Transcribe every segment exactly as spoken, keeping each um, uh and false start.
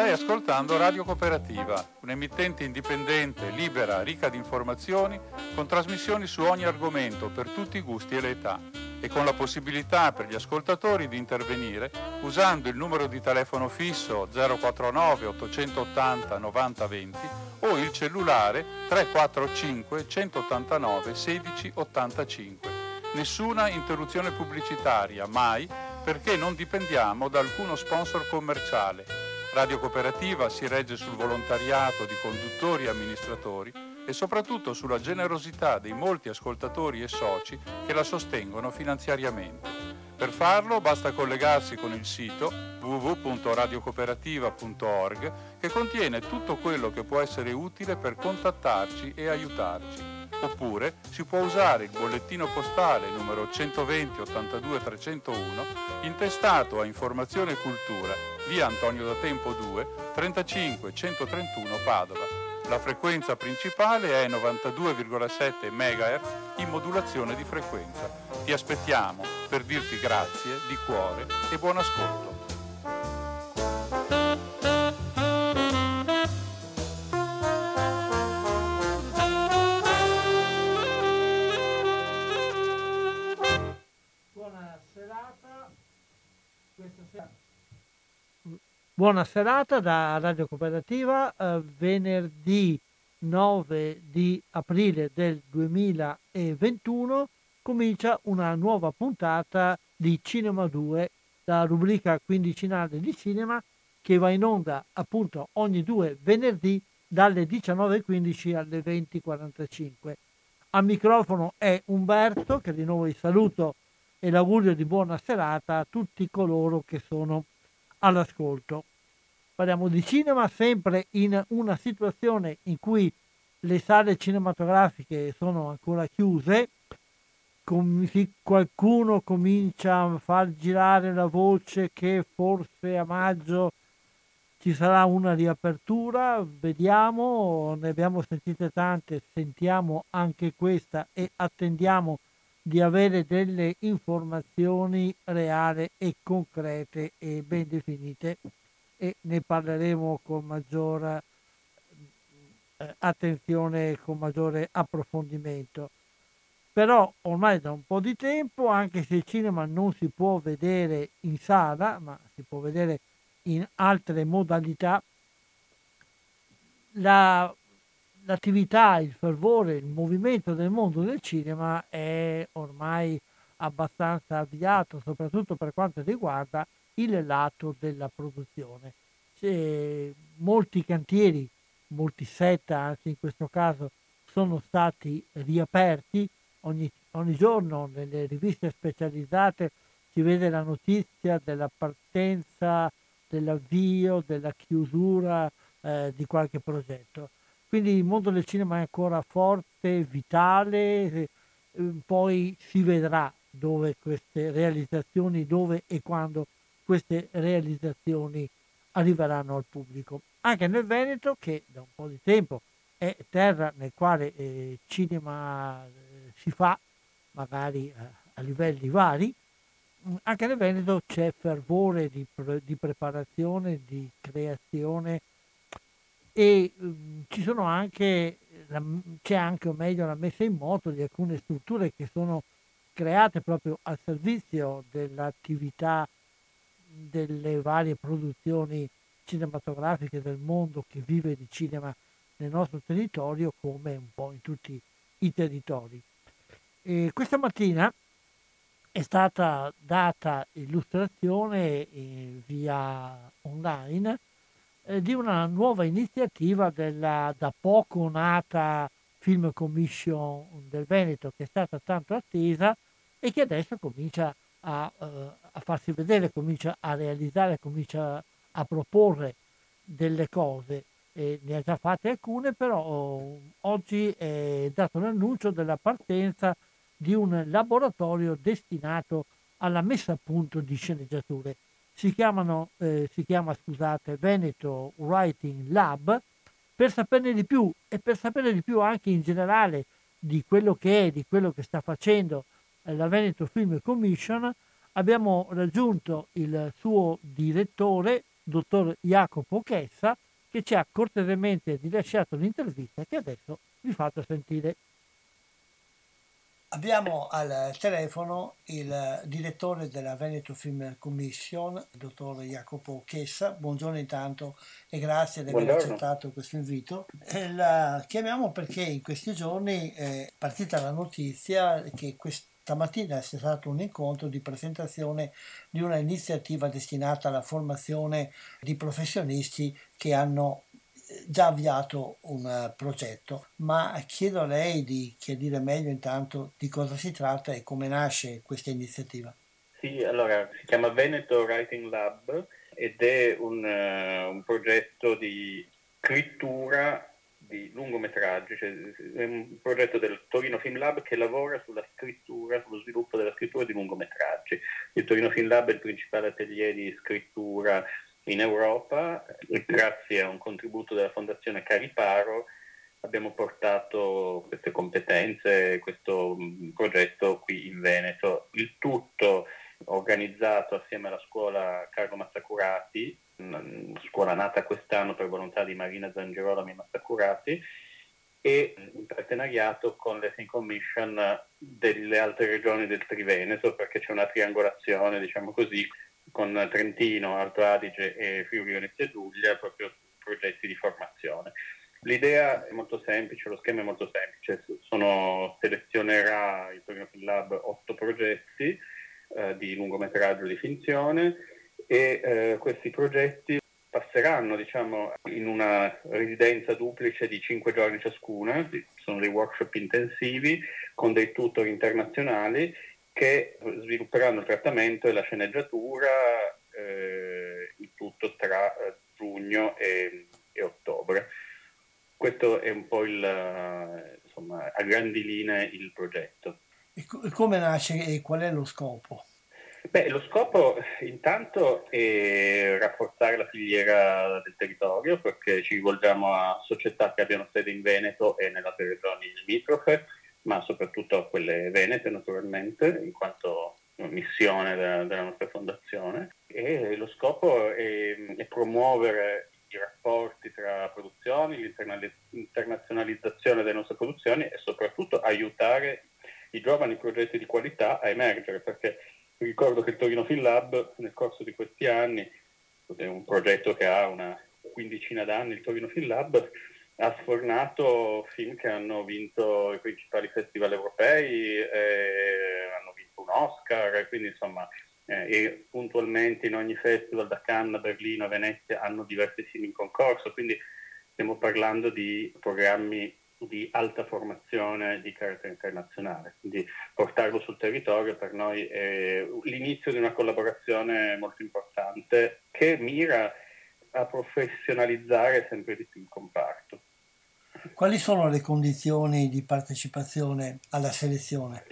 Stai ascoltando Radio Cooperativa, un'emittente indipendente, libera, ricca di informazioni, con trasmissioni su ogni argomento per tutti i gusti e le età, e con la possibilità per gli ascoltatori di intervenire usando il numero di telefono fisso zero quattro nove ottocentottanta novanta venti o il cellulare tre quattro cinque centottantanove sedici ottantacinque. Nessuna interruzione pubblicitaria, mai, perché non dipendiamo da alcuno sponsor commerciale. Radio Cooperativa si regge sul volontariato di conduttori e amministratori e soprattutto sulla generosità dei molti ascoltatori e soci che la sostengono finanziariamente. Per farlo basta collegarsi con il sito w w w punto radiocooperativa punto org, che contiene tutto quello che può essere utile per contattarci e aiutarci. Oppure si può usare il bollettino postale numero centoventi ottantadue trecentouno, intestato a Informazione e Cultura, via Antonio da Tempo due, trentacinque centotrentuno Padova. La frequenza principale è novantadue virgola sette megahertz in modulazione di frequenza. Ti aspettiamo per dirti grazie di cuore e buon ascolto. Buona serata da Radio Cooperativa, eh, venerdì nove di aprile del duemilaventuno comincia una nuova puntata di Cinema due, la rubrica quindicinale di cinema che va in onda appunto ogni due venerdì dalle diciannove e quindici alle venti e quarantacinque. Al microfono è Umberto, che di nuovo vi saluto e l'augurio di buona serata a tutti coloro che sono all'ascolto. Parliamo di cinema sempre in una situazione in cui le sale cinematografiche sono ancora chiuse, com- qualcuno comincia a far girare la voce che forse a maggio ci sarà una riapertura, vediamo, ne abbiamo sentite tante, sentiamo anche questa e attendiamo di avere delle informazioni reali e concrete e ben definite, e ne parleremo con maggiore eh, attenzione, con maggiore approfondimento. Però ormai da un po' di tempo, anche se il cinema non si può vedere in sala, ma si può vedere in altre modalità, la l'attività, il fervore, il movimento del mondo del cinema è ormai abbastanza avviato, soprattutto per quanto riguarda il lato della produzione. C'è molti cantieri, molti set, anzi in questo caso, sono stati riaperti. Ogni, ogni giorno nelle riviste specializzate si vede la notizia della partenza, dell'avvio, della chiusura eh, di qualche progetto. Quindi il mondo del cinema è ancora forte, vitale, eh, poi si vedrà dove queste realizzazioni, dove e quando queste realizzazioni arriveranno al pubblico. Anche nel Veneto, che da un po' di tempo è terra nel quale eh, cinema eh, si fa, magari eh, a livelli vari, anche nel Veneto c'è fervore di, pre- di preparazione, di creazione, e um, ci sono anche la, c'è anche o meglio la messa in moto di alcune strutture che sono create proprio al servizio dell'attività delle varie produzioni cinematografiche del mondo che vive di cinema nel nostro territorio, come un po' in tutti i territori. E questa mattina è stata data illustrazione eh, via online eh, di una nuova iniziativa della da poco nata Film Commission del Veneto, che è stata tanto attesa e che adesso comincia a, uh, a farsi vedere, comincia a realizzare, comincia a proporre delle cose. E ne ha già fatte alcune, però oh, oggi è dato l'annuncio della partenza di un laboratorio destinato alla messa a punto di sceneggiature. Si chiamano, eh, si chiama, scusate, Veneto Writing Lab. Per saperne di più e per sapere di più anche in generale di quello che è, di quello che sta facendo eh, la Veneto Film Commission, abbiamo raggiunto il suo direttore, dottor Jacopo Chessa, che ci ha cortesemente rilasciato l'intervista che adesso vi faccio sentire. Abbiamo al telefono il direttore della Veneto Film Commission, il dottor Jacopo Chessa. Buongiorno intanto e grazie di aver Buongiorno. accettato questo invito. E la chiamiamo perché in questi giorni è partita la notizia che questa mattina c'è stato un incontro di presentazione di una iniziativa destinata alla formazione di professionisti che hanno già avviato un progetto, ma chiedo a lei di chiarire meglio intanto di cosa si tratta e come nasce questa iniziativa. Sì, allora si chiama Veneto Writing Lab ed è un, uh, un progetto di scrittura di lungometraggi, cioè è un progetto del Torino Film Lab che lavora sulla scrittura, sullo sviluppo della scrittura di lungometraggi. Il Torino Film Lab è il principale atelier di scrittura in Europa e grazie a un contributo della Fondazione Cariparo abbiamo portato queste competenze, questo progetto qui in Veneto. Il tutto organizzato assieme alla scuola Carlo Mazzacurati, una scuola nata quest'anno per volontà di Marina Zangirolami Mazzacurati, e in partenariato con le Film Commission delle altre regioni del Triveneto, perché c'è una triangolazione, diciamo così, con Trentino, Alto Adige e Friuli Venezia Giulia, proprio progetti di formazione. L'idea è molto semplice, lo schema è molto semplice, sono, selezionerà il Torino Film Lab otto progetti eh, di lungometraggio di finzione e eh, questi progetti passeranno, diciamo, in una residenza duplice di cinque giorni ciascuna, sono dei workshop intensivi con dei tutor internazionali che svilupperanno il trattamento e la sceneggiatura, eh, il tutto tra eh, giugno e, e ottobre. Questo è un po' il, insomma, a grandi linee il progetto. E come nasce e qual è lo scopo? Beh, lo scopo intanto è rafforzare la filiera del territorio, perché ci rivolgiamo a società che abbiano sede in Veneto e nelle altre regioni limitrofe, ma soprattutto a quelle venete naturalmente, in quanto missione della, della nostra fondazione. E lo scopo è, è promuovere i rapporti tra produzioni, l'internazionalizzazione delle nostre produzioni e soprattutto aiutare i giovani progetti di qualità a emergere, perché ricordo che il Torino Film Lab nel corso di questi anni, è un progetto che ha una quindicina d'anni, il Torino Film Lab, ha sfornato film che hanno vinto i principali festival europei, eh, hanno vinto un Oscar, quindi insomma, eh, e puntualmente in ogni festival da Cannes, Berlino, Venezia hanno diversi film in concorso, quindi stiamo parlando di programmi di alta formazione di carattere internazionale, quindi portarlo sul territorio per noi è l'inizio di una collaborazione molto importante che mira a professionalizzare sempre di più il comparto. Quali sono le condizioni di partecipazione alla selezione?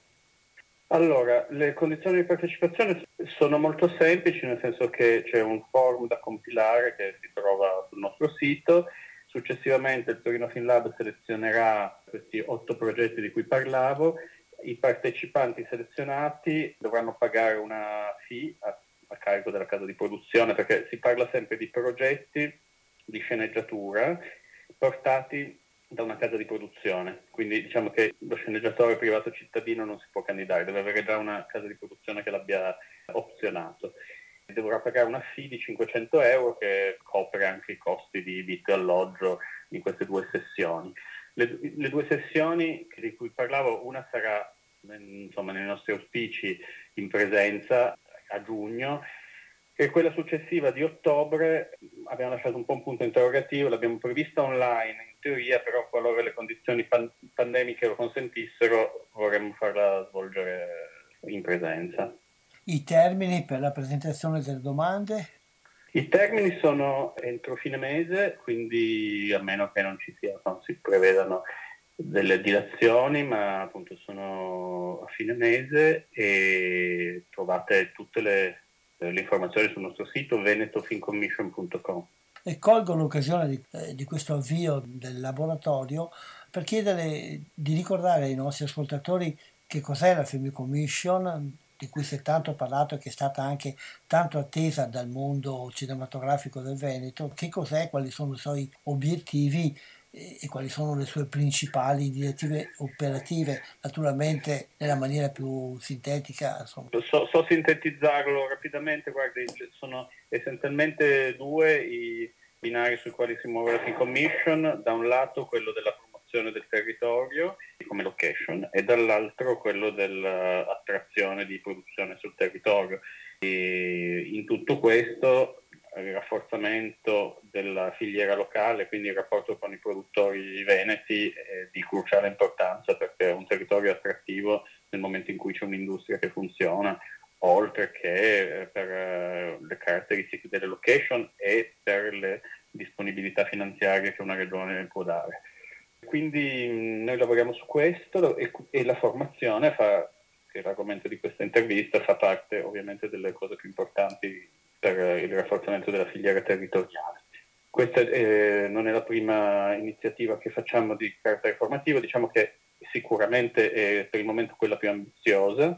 Allora, le condizioni di partecipazione sono molto semplici, nel senso che c'è un form da compilare che si trova sul nostro sito. Successivamente il Torino Film Lab selezionerà questi otto progetti di cui parlavo. I partecipanti selezionati dovranno pagare una fee a, a carico della casa di produzione, perché si parla sempre di progetti di sceneggiatura portati da una casa di produzione. Quindi diciamo che lo sceneggiatore privato cittadino non si può candidare, deve avere già una casa di produzione che l'abbia opzionato. Dovrà pagare una fee di cinquecento euro che copre anche i costi di vitto e alloggio in queste due sessioni. Le, le due sessioni di cui parlavo, una sarà insomma, nei nostri auspici in presenza a giugno, e quella successiva di ottobre abbiamo lasciato un po' un punto interrogativo, l'abbiamo prevista online in teoria, però qualora le condizioni pan- pandemiche lo consentissero vorremmo farla svolgere in presenza. I termini per la presentazione delle domande? I termini sono entro fine mese, quindi a meno che non ci sia, non si prevedano delle dilazioni, ma appunto sono a fine mese e trovate tutte le, le informazioni sul nostro sito veneto film commission punto com. E colgo l'occasione di, eh, di questo avvio del laboratorio per chiedere di ricordare ai nostri ascoltatori che cos'è la Film Commission, di cui si è tanto parlato e che è stata anche tanto attesa dal mondo cinematografico del Veneto. Che cos'è, quali sono i suoi obiettivi e, e quali sono le sue principali direttive operative, naturalmente nella maniera più sintetica. Insomma. So, so sintetizzarlo rapidamente, guardi, sono essenzialmente due i binari sui quali si muove la Film Commission, da un lato quello della promozione del territorio come location e dall'altro quello dell'attrazione di produzione sul territorio. E in tutto questo il rafforzamento della filiera locale, quindi il rapporto con i produttori veneti è di cruciale importanza, perché è un territorio attrattivo nel momento in cui c'è un'industria che funziona, oltre che per le caratteristiche delle location e per le disponibilità finanziarie che una regione può dare. Quindi noi lavoriamo su questo e, e la formazione fa, che è l'argomento di questa intervista, fa parte ovviamente delle cose più importanti per il rafforzamento della filiera territoriale. Questa eh, non è la prima iniziativa che facciamo di carattere formativo, diciamo che sicuramente è per il momento quella più ambiziosa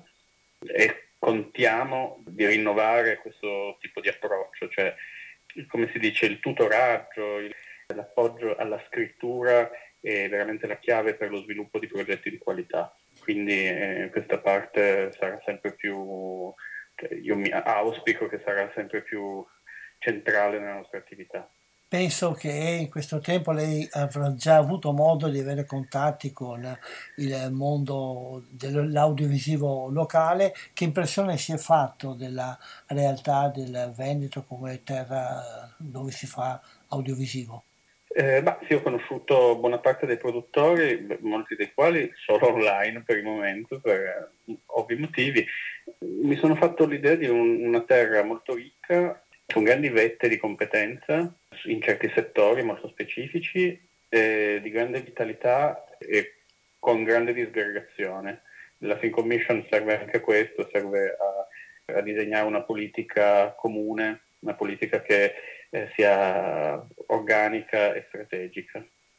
e contiamo di rinnovare questo tipo di approccio, cioè come si dice il tutoraggio, il, l'appoggio alla scrittura è veramente la chiave per lo sviluppo di progetti di qualità, quindi eh, questa parte sarà sempre più, cioè, io mi auspico che sarà sempre più centrale nella nostra attività. Penso che in questo tempo lei avrà già avuto modo di avere contatti con il mondo dell'audiovisivo locale. Che impressione si è fatto della realtà del Veneto come terra dove si fa audiovisivo? Eh, bah, sì, ho conosciuto buona parte dei produttori, molti dei quali solo online per il momento, per eh, ovvi motivi. Mi sono fatto l'idea di un, una terra molto ricca, con grandi vette di competenza in certi settori molto specifici, eh, di grande vitalità e con grande disgregazione. La Film Commission serve anche a questo, serve a, a disegnare una politica comune, una politica che eh, sia organica e strategica.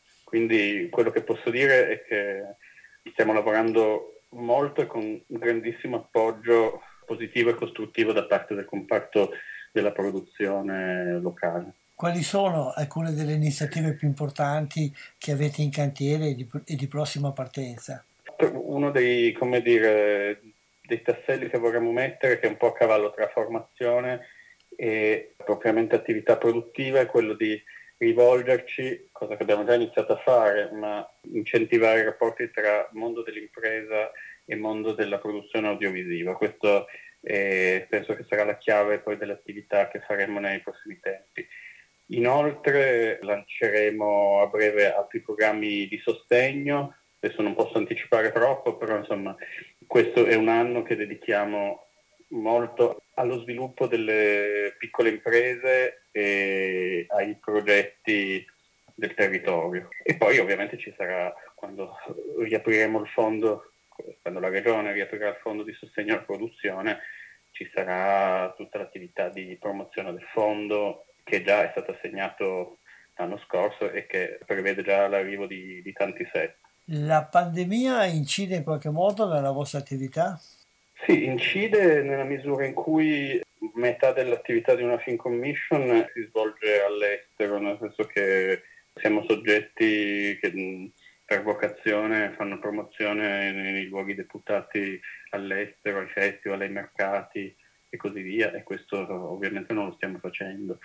Quindi quello che posso dire è che stiamo lavorando molto e con un grandissimo appoggio positivo e costruttivo da parte del comparto della produzione locale. Quali sono alcune delle iniziative più importanti che avete in cantiere e di, e di prossima partenza? Uno dei, come dire, dei tasselli che vorremmo mettere, che è un po' a cavallo tra formazione e propriamente attività produttiva, è quello di rivolgerci, cosa che abbiamo già iniziato a fare, ma incentivare i rapporti tra mondo dell'impresa e mondo della produzione audiovisiva. Questo eh, penso che sarà la chiave poi delle attività che faremo nei prossimi tempi. Inoltre lanceremo a breve altri programmi di sostegno, adesso non posso anticipare troppo, però insomma questo è un anno che dedichiamo molto allo sviluppo delle piccole imprese e ai progetti del territorio. E poi ovviamente ci sarà, quando riapriremo il fondo, quando la Regione riaprirà il fondo di sostegno alla produzione, ci sarà tutta l'attività di promozione del fondo che già è stato assegnato l'anno scorso e che prevede già l'arrivo di, di tanti set. La pandemia incide in qualche modo nella vostra attività? Sì, incide nella misura in cui metà dell'attività di una Film Commission si svolge all'estero, nel senso che siamo soggetti che per vocazione fanno promozione nei luoghi deputati all'estero, ai festival, ai mercati e così via, e questo ovviamente non lo stiamo facendo.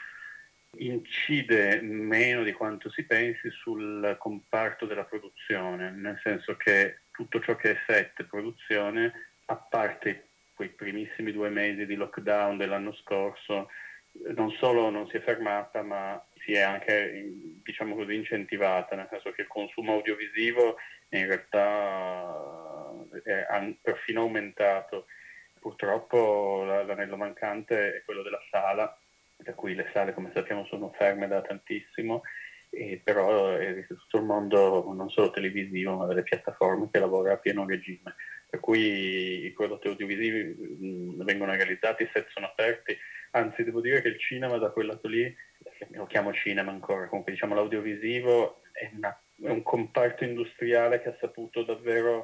Incide meno di quanto si pensi sul comparto della produzione, nel senso che tutto ciò che è set, produzione, a parte quei primissimi due mesi di lockdown dell'anno scorso, non solo non si è fermata, ma si è anche, diciamo così, incentivata, nel senso che il consumo audiovisivo in realtà è perfino aumentato. Purtroppo l'anello mancante è quello della sala, per cui le sale, come sappiamo, sono ferme da tantissimo, e però esiste tutto il mondo, non solo televisivo, ma delle piattaforme che lavora a pieno regime. Per cui i prodotti audiovisivi mh, vengono realizzati, i set sono aperti, anzi devo dire che il cinema da quel lato lì, lo chiamo cinema ancora, comunque diciamo l'audiovisivo è, una, è un comparto industriale che ha saputo davvero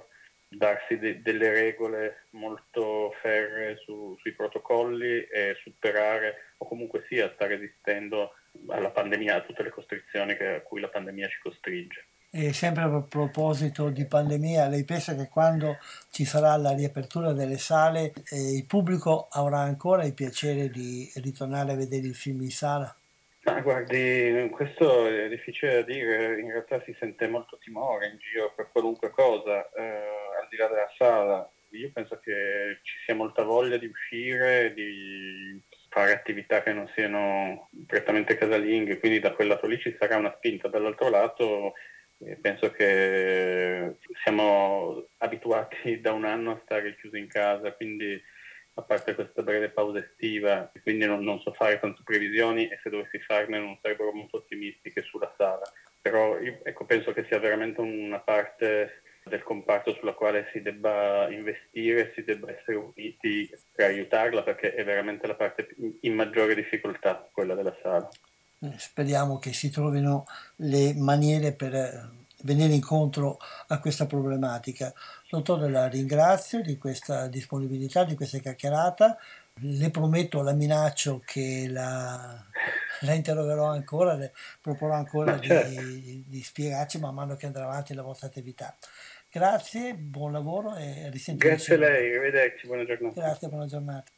darsi de- delle regole molto ferree su- sui protocolli e superare, o comunque sia, sta resistendo alla pandemia, a tutte le costrizioni che- a cui la pandemia ci costringe. E sempre a proposito di pandemia, lei pensa che quando ci sarà la riapertura delle sale, eh, il pubblico avrà ancora il piacere di ritornare a vedere il film in sala? Ma guardi, questo è difficile da dire, in realtà si sente molto timore in giro per qualunque cosa, eh, al di là della sala. Io penso che ci sia molta voglia di uscire, di fare attività che non siano prettamente casalinghe, quindi da quel lato lì ci sarà una spinta. Dall'altro lato eh, penso che siamo abituati da un anno a stare chiusi in casa, quindi a parte questa breve pausa estiva, quindi non, non so fare tante previsioni e se dovessi farne non sarebbero molto ottimistiche sulla sala. Però io, ecco, penso che sia veramente una parte del comparto sulla quale si debba investire, si debba essere uniti per aiutarla, perché è veramente la parte in maggiore difficoltà, quella della sala. Eh, Speriamo che si trovino le maniere per eh, venire incontro a questa problematica. Dottore, la ringrazio di questa disponibilità, di questa chiacchierata. Le prometto, la minaccio che la, la interrogerò ancora, le proporrò ancora Ma certo, di, di spiegarci man mano che andrà avanti la vostra attività. Grazie, buon lavoro e a risentirci grazie a allora. lei, arrivederci, buona giornata. Grazie, buona giornata.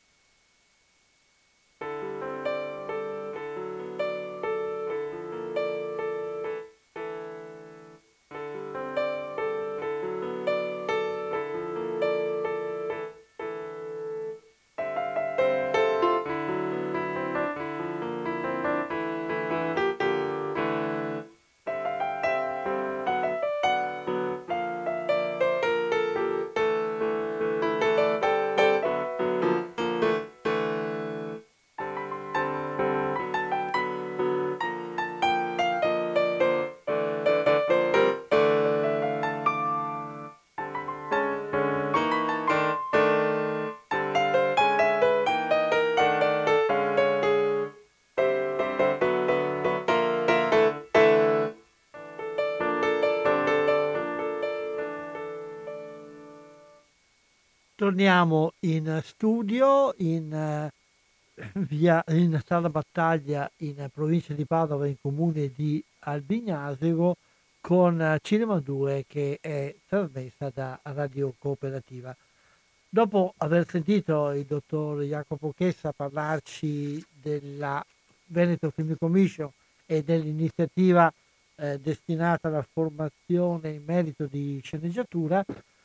Torniamo in studio in eh, via in Sala Battaglia in provincia di Padova in comune di Albignasego con eh, Cinema due che è trasmessa da Radio Cooperativa. Dopo aver sentito il dottor Jacopo Chessa parlarci della Veneto Film Commission e dell'iniziativa eh, destinata alla formazione in merito di sceneggiatura,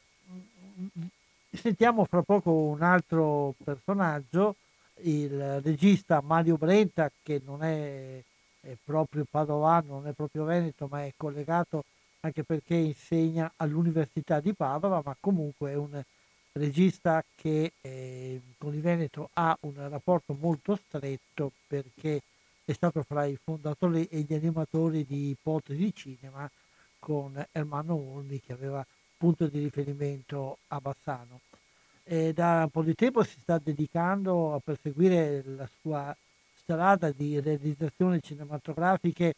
mm, sentiamo fra poco un altro personaggio, il regista Mario Brenta, che non è, è proprio padovano, non è proprio veneto, ma è collegato anche perché insegna all'Università di Padova, ma comunque è un regista che eh, con il Veneto ha un rapporto molto stretto perché è stato fra i fondatori e gli animatori di Ipotesi di Cinema con Ermanno Olmi che aveva punto di riferimento a Bassano. E da un po' di tempo si sta dedicando a perseguire la sua strada di realizzazioni cinematografiche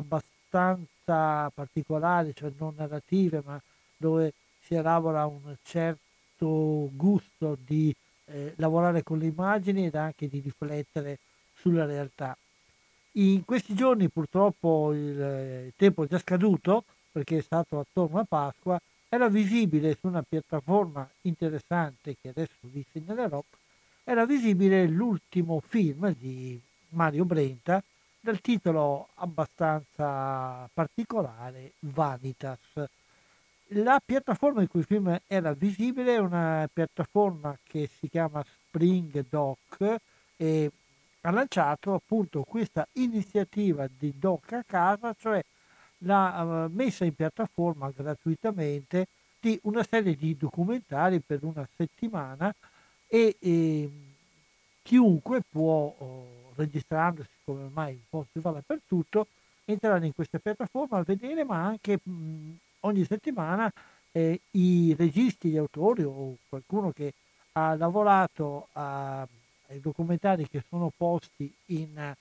abbastanza particolari, cioè non narrative, ma dove si elabora un certo gusto di eh, lavorare con le immagini ed anche di riflettere sulla realtà. In questi giorni purtroppo il, eh, il tempo è già scaduto perché è stato attorno a Pasqua, era visibile su una piattaforma interessante che adesso vi segnalerò, era visibile l'ultimo film di Mario Brenta dal titolo abbastanza particolare Vanitas. La piattaforma in cui il film era visibile è una piattaforma che si chiama Spring Doc e ha lanciato appunto questa iniziativa di Doc a casa, cioè la uh, messa in piattaforma gratuitamente di una serie di documentari per una settimana e eh, chiunque può, oh, registrandosi come ormai un po' si fa dappertutto, entrare in questa piattaforma a vedere, ma anche mh, ogni settimana eh, i registi, gli autori o qualcuno che ha lavorato a, ai documentari che sono posti in eh,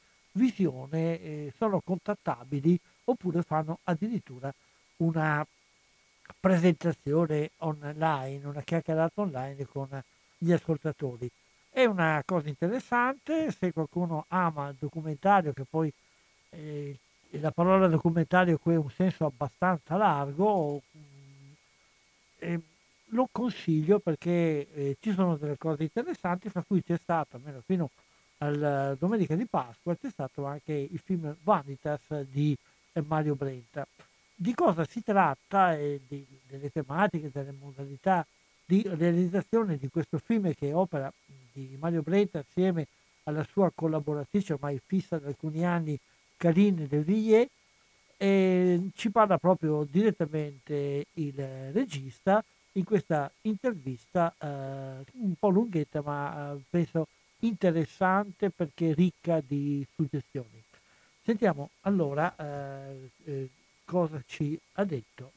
visione eh, sono contattabili oppure fanno addirittura una presentazione online, una chiacchierata online con gli ascoltatori. È una cosa interessante, se qualcuno ama il documentario, che poi eh, la parola documentario qui ha un senso abbastanza largo, mm, eh, lo consiglio perché eh, ci sono delle cose interessanti, fra cui c'è stato, almeno fino alla domenica di Pasqua, c'è stato anche il film Vanitas di eh, Mario Brenta. Di cosa si tratta e di- delle tematiche, delle modalità di realizzazione di questo film, che è opera di Mario Brenta assieme alla sua collaboratrice ormai fissa da alcuni anni, Karine De Villiers, e ci parla proprio direttamente il regista in questa intervista eh, un po' lunghetta, ma eh, penso interessante perché ricca di suggestioni. Sentiamo allora eh, eh, cosa ci ha detto.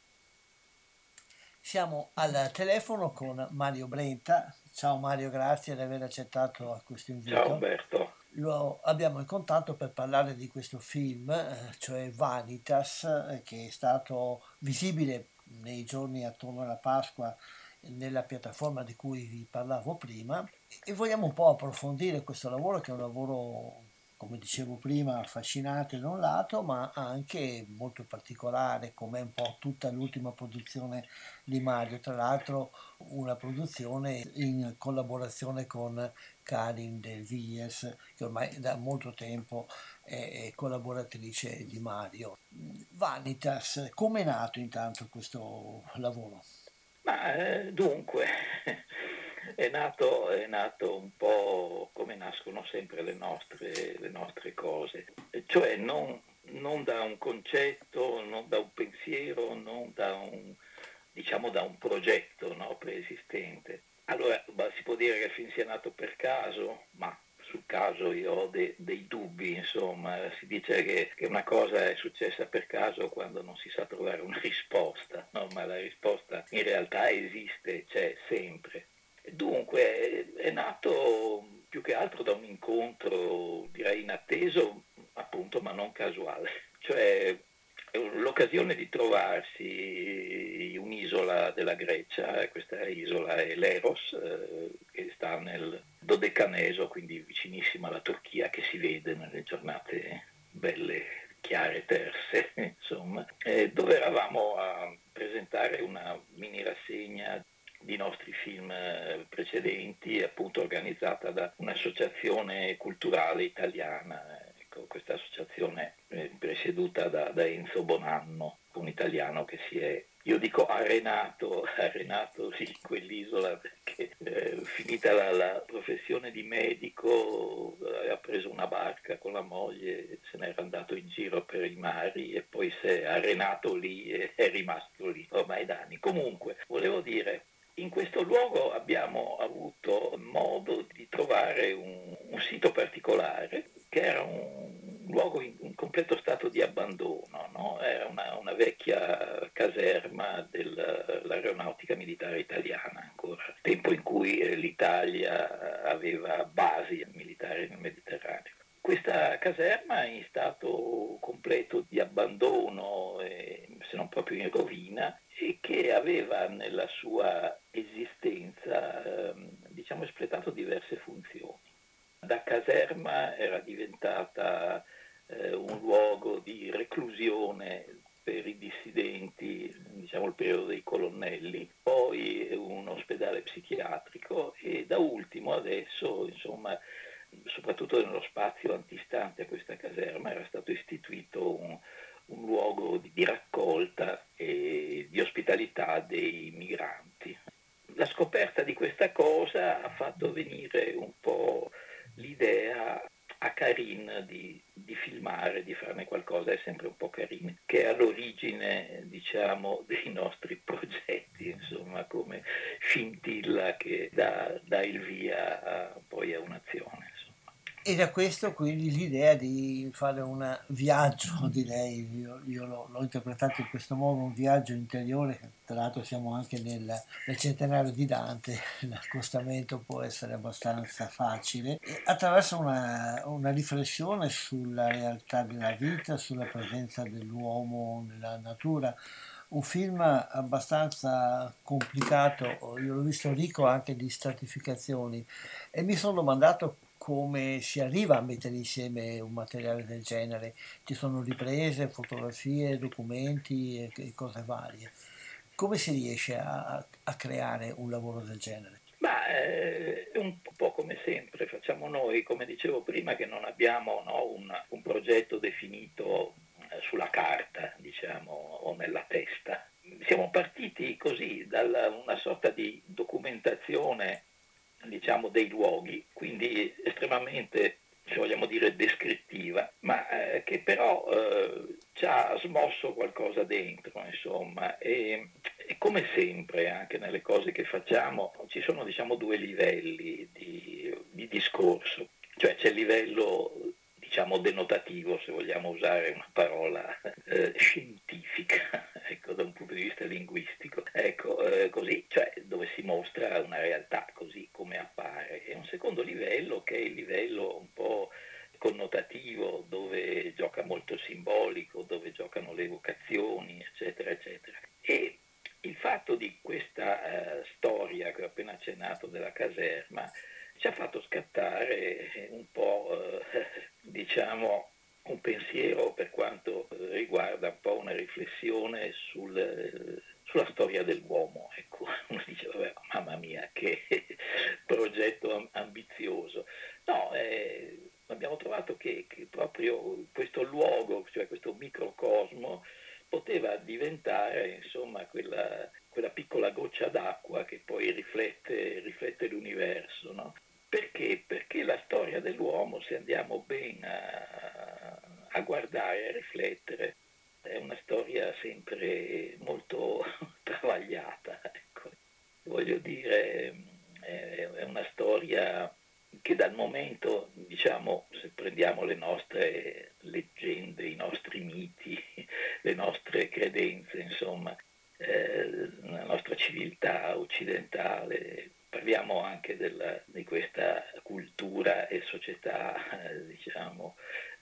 Siamo al telefono con Mario Brenta. Ciao Mario, grazie di aver accettato questo Ciao invito. Umberto. Lo abbiamo in contatto per parlare di questo film, eh, cioè Vanitas, eh, che è stato visibile nei giorni attorno alla Pasqua nella piattaforma di cui vi parlavo prima, e vogliamo un po' approfondire questo lavoro, che è un lavoro, come dicevo prima, affascinante da un lato, ma anche molto particolare, come un po' tutta l'ultima produzione di Mario, tra l'altro una produzione in collaborazione con Karin De Villiers, che ormai da molto tempo è collaboratrice di Mario. Vanitas, come è nato intanto questo lavoro? Ma eh, dunque, è nato, è nato un po' come nascono sempre le nostre, le nostre cose, cioè non, non da un concetto, non da un pensiero, non da un, diciamo, da un progetto, no, preesistente. Allora, bah, si può dire che il film sia nato per caso, ma sul caso io ho de- dei dubbi, insomma, si dice che, che una cosa è successa per caso quando non si sa trovare una risposta, no? Ma la risposta in realtà esiste, c'è sempre. Dunque è nato più che altro da un incontro, direi inatteso, appunto, ma non casuale, cioè l'occasione di trovarsi in un'isola della Grecia, questa isola è Leros, eh, che sta nel Dodecaneso, quindi vicinissima alla Turchia, che si vede nelle giornate belle, chiare, terse, insomma, eh, dove eravamo a presentare una mini rassegna di nostri film eh, precedenti, appunto organizzata da un'associazione culturale italiana. Ecco, questa associazione è presieduta da, da Enzo Bonanno, un italiano che si è, io dico, arenato, arenato lì in quell'isola, perché eh, finita la, la professione di medico eh, ha preso una barca con la moglie, se n'era andato in giro per i mari e poi si è arenato lì e è rimasto lì ormai da anni. Comunque, volevo dire, in questo luogo abbiamo avuto modo di trovare un, un sito particolare, che era un luogo in, in completo stato di abbandono, no? Era una, una vecchia caserma dell'aeronautica militare italiana, ancora tempo in cui l'Italia aveva basi militari nel Mediterraneo. Questa caserma in stato completo di abbandono, eh, se non proprio in rovina, e che aveva nella sua esistenza ehm, diciamo espletato diverse funzioni. Da caserma era diventata eh, un luogo di reclusione per i dissidenti, diciamo il periodo dei colonnelli, poi un ospedale psichiatrico e da ultimo adesso, insomma, soprattutto nello spazio antistante a questa caserma era stato istituito un, un luogo di, di raccolta e di ospitalità dei migranti. La scoperta di questa cosa ha fatto venire un po' l'idea a Karin di, di filmare, di farne qualcosa, è sempre un po' Karin, che è all'origine, diciamo, dei nostri progetti, insomma, come scintilla che dà, dà il via a, poi a un'azione. Insomma. E da questo quindi l'idea di fare un viaggio, direi, io, io l'ho, l'ho interpretato in questo modo, un viaggio interiore. Tra l'altro siamo anche nel, nel centenario di Dante, l'accostamento può essere abbastanza facile, e attraverso una, una riflessione sulla realtà della vita, sulla presenza dell'uomo nella natura, un film abbastanza complicato, io l'ho visto ricco anche di stratificazioni e mi sono domandato come si arriva a mettere insieme un materiale del genere. Ci sono riprese, fotografie, documenti e, e cose varie. Come si riesce a, a creare un lavoro del genere? Ma eh, è un po' come sempre facciamo noi, come dicevo prima, che non abbiamo, no, un, un progetto definito eh, sulla carta, diciamo, o nella testa. Siamo partiti così da una sorta di documentazione, diciamo, dei luoghi, quindi estremamente, se vogliamo dire, descrittiva, ma eh, che però eh, ci ha smosso qualcosa dentro, insomma, e, e come sempre anche nelle cose che facciamo ci sono, diciamo, due livelli di, di discorso, cioè c'è il livello, diciamo, denotativo, se vogliamo usare una parola eh, scientifica, ecco, da un punto di vista linguistico, ecco, eh, così, cioè dove si mostra una realtà così come appare, e un secondo livello che è il livello un po' connotativo, dove gioca molto il simbolico, dove giocano le evocazioni, eccetera, eccetera. E il fatto di questa eh, storia che ho appena accennato della caserma ci ha fatto scattare un po', eh, diciamo, un pensiero per quanto riguarda un po' una riflessione sul, eh, sulla storia dell'uomo. Ecco, uno dice, vabbè, mamma mia, che progetto ambizioso. No, eh, abbiamo trovato che, che proprio questo luogo, cioè questo microcosmo, poteva diventare, insomma, quella, quella piccola goccia d'acqua che poi riflette, riflette l'universo, no? Perché? Perché la storia dell'uomo, se andiamo ben a, a guardare, a riflettere, è una storia sempre molto travagliata, ecco. Voglio dire, è una storia che dal momento, diciamo, se prendiamo le nostre leggende, i nostri miti, le nostre credenze, insomma, eh, la nostra civiltà occidentale, parliamo anche della, di questa cultura e società, eh, diciamo,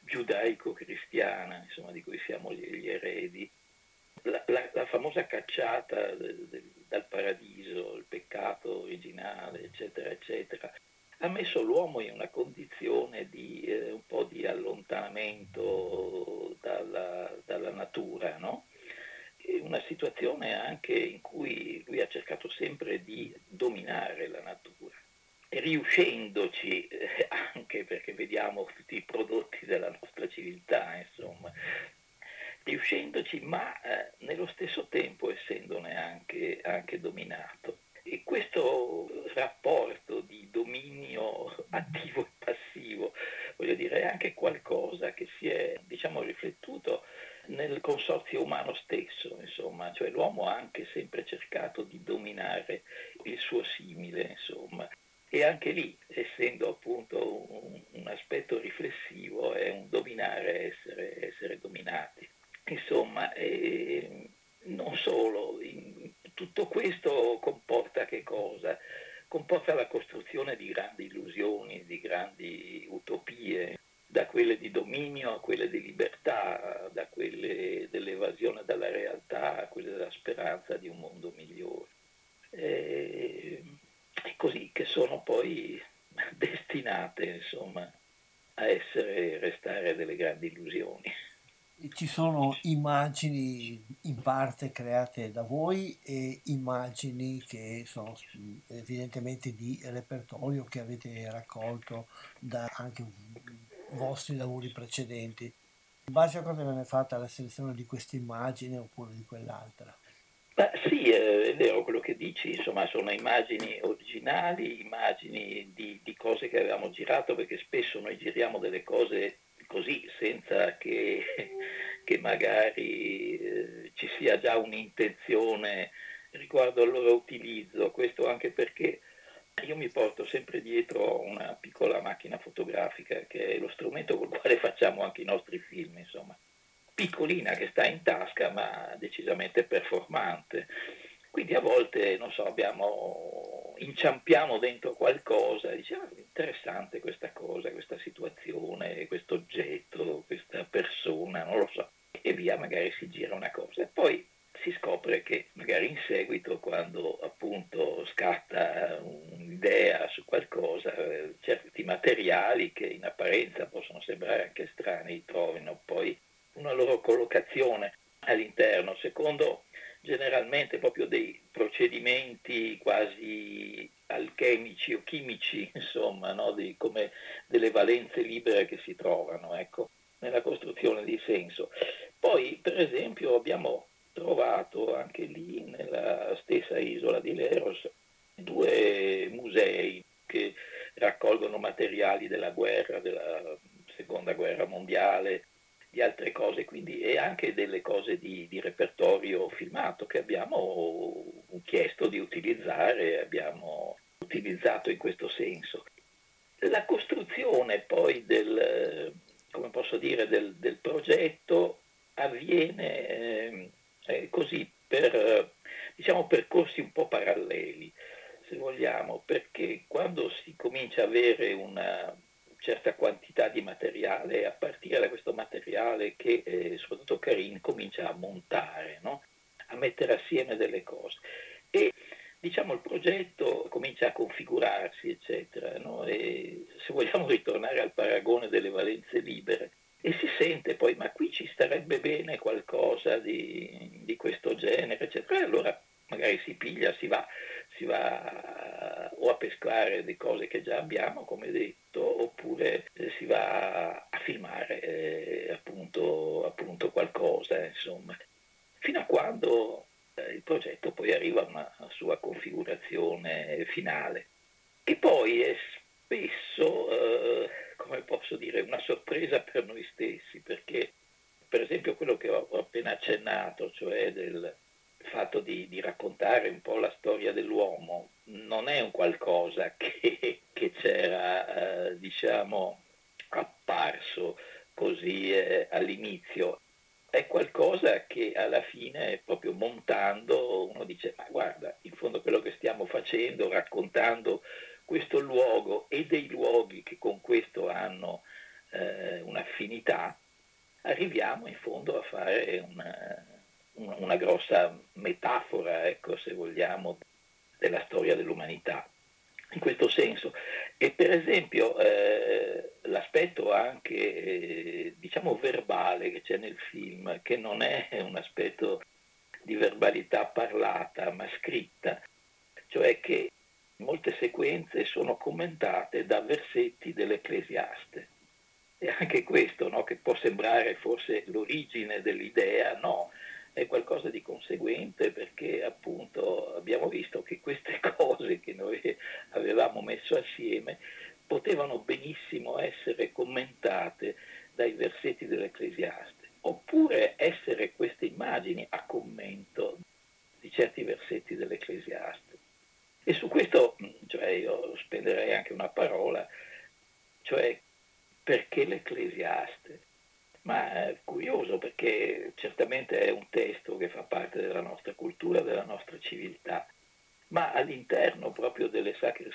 giudaico-cristiana, insomma, di cui siamo gli, gli eredi. La, la, la famosa cacciata del, del, dal paradiso, il peccato originale, eccetera, eccetera, ha messo l'uomo in una condizione di eh, un po' di allontanamento dalla, dalla natura, no? E una situazione anche in cui lui ha cercato sempre di dominare la natura, e riuscendoci eh, anche perché vediamo tutti i prodotti della nostra civiltà, insomma, riuscendoci, ma eh, nello stesso tempo essendone anche, anche dominato. E questo rapporto di dominio attivo e passivo, voglio dire, è anche qualcosa che si è, diciamo, riflettuto nel consorzio umano stesso, insomma, cioè l'uomo ha anche sempre cercato di dominare il suo simile, insomma. E anche lì, essendo appunto un, un aspetto riflessivo, è un dominare, essere, essere dominati. Insomma, eh, non solo, in, tutto questo comporta che cosa? Comporta la costruzione di grandi illusioni, di grandi utopie, da quelle di dominio a quelle di libertà, da quelle dell'evasione dalla realtà a quelle della speranza di un mondo migliore. E, e così che sono poi destinate, insomma, a essere, restare delle grandi illusioni. Ci sono immagini in parte create da voi e immagini che sono evidentemente di repertorio che avete raccolto da anche vostri lavori precedenti. In base a cosa viene fatta la selezione di queste immagini oppure di quell'altra? Beh, sì, è vero quello che dici, insomma, sono immagini originali, immagini di, di cose che avevamo girato, perché spesso noi giriamo delle cose così, senza che, che magari eh, ci sia già un'intenzione riguardo al loro utilizzo. Questo anche perché io mi porto sempre dietro una piccola macchina fotografica, che è lo strumento col quale facciamo anche i nostri film, insomma. Piccolina, che sta in tasca, ma decisamente performante. Quindi a volte, non so, abbiamo, inciampiamo dentro qualcosa, diciamo, interessante questa cosa, questa situazione, questo oggetto, questa persona, non lo so, e via magari si gira una cosa. E poi si scopre che magari in seguito, quando appunto scatta un'idea su qualcosa, eh, certi materiali che in apparenza possono sembrare anche strani trovino poi una loro collocazione all'interno, secondo generalmente proprio dei procedimenti quasi alchemici o chimici, insomma, no? Di, come delle valenze libere che si trovano, ecco, nella costruzione di senso. Poi, per esempio, abbiamo trovato anche lì, nella stessa isola di Leros, due musei che raccolgono materiali della guerra, della seconda guerra mondiale, di altre cose, quindi, e anche delle cose di, di repertorio filmato che abbiamo chiesto di utilizzare, abbiamo utilizzato in questo senso. La costruzione poi del, come posso dire, del, del progetto avviene eh, eh, così per, diciamo, percorsi un po' paralleli, se vogliamo, perché quando si comincia a avere una certa quantità di materiale, a partire da questo materiale che eh, soprattutto Karin comincia a montare, no? A mettere assieme delle cose. E diciamo il progetto comincia a configurarsi, eccetera, no? E se vogliamo ritornare al paragone delle valenze libere, e si sente poi, ma qui ci starebbe bene qualcosa di, di questo genere, eccetera, e allora magari si piglia, si va, si va o a pescare le cose che già abbiamo, come detto, oppure eh, si va a filmare eh, appunto, appunto qualcosa, insomma, fino a quando eh, il progetto poi arriva a una, una sua configurazione finale, che poi è spesso, eh, come posso dire, una sorpresa per noi stessi, perché per esempio quello che ho appena accennato, cioè del fatto di, di raccontare un po' la storia dell'uomo, non è un qualcosa che, che c'era, eh, diciamo, apparso così eh, all'inizio. È qualcosa che alla fine, proprio montando, uno dice, ma guarda, in fondo quello che stiamo facendo, raccontando questo luogo e dei luoghi che con questo hanno eh, un'affinità, arriviamo in fondo a fare una, una, una grossa metafora, ecco, se vogliamo, della storia dell'umanità. In questo senso. E per esempio eh, l'aspetto anche eh, diciamo verbale che c'è nel film, che non è un aspetto di verbalità parlata ma scritta, cioè che molte sequenze sono commentate da versetti dell'Ecclesiaste. E anche questo, no, che può sembrare forse l'origine dell'idea, no, è qualcosa di conseguente, perché appunto abbiamo visto che queste cose che noi avevamo messo assieme potevano benissimo essere commentate dai versetti dell'Ecclesiaste, oppure essere queste immagini a commento di certi versetti dell'Ecclesiaste. E su questo, cioè, io spenderei anche una parola, cioè perché l'Ecclesiaste? Ma è curioso, perché certamente è un testo che fa parte della nostra cultura, della nostra civiltà, ma all'interno proprio delle Sacre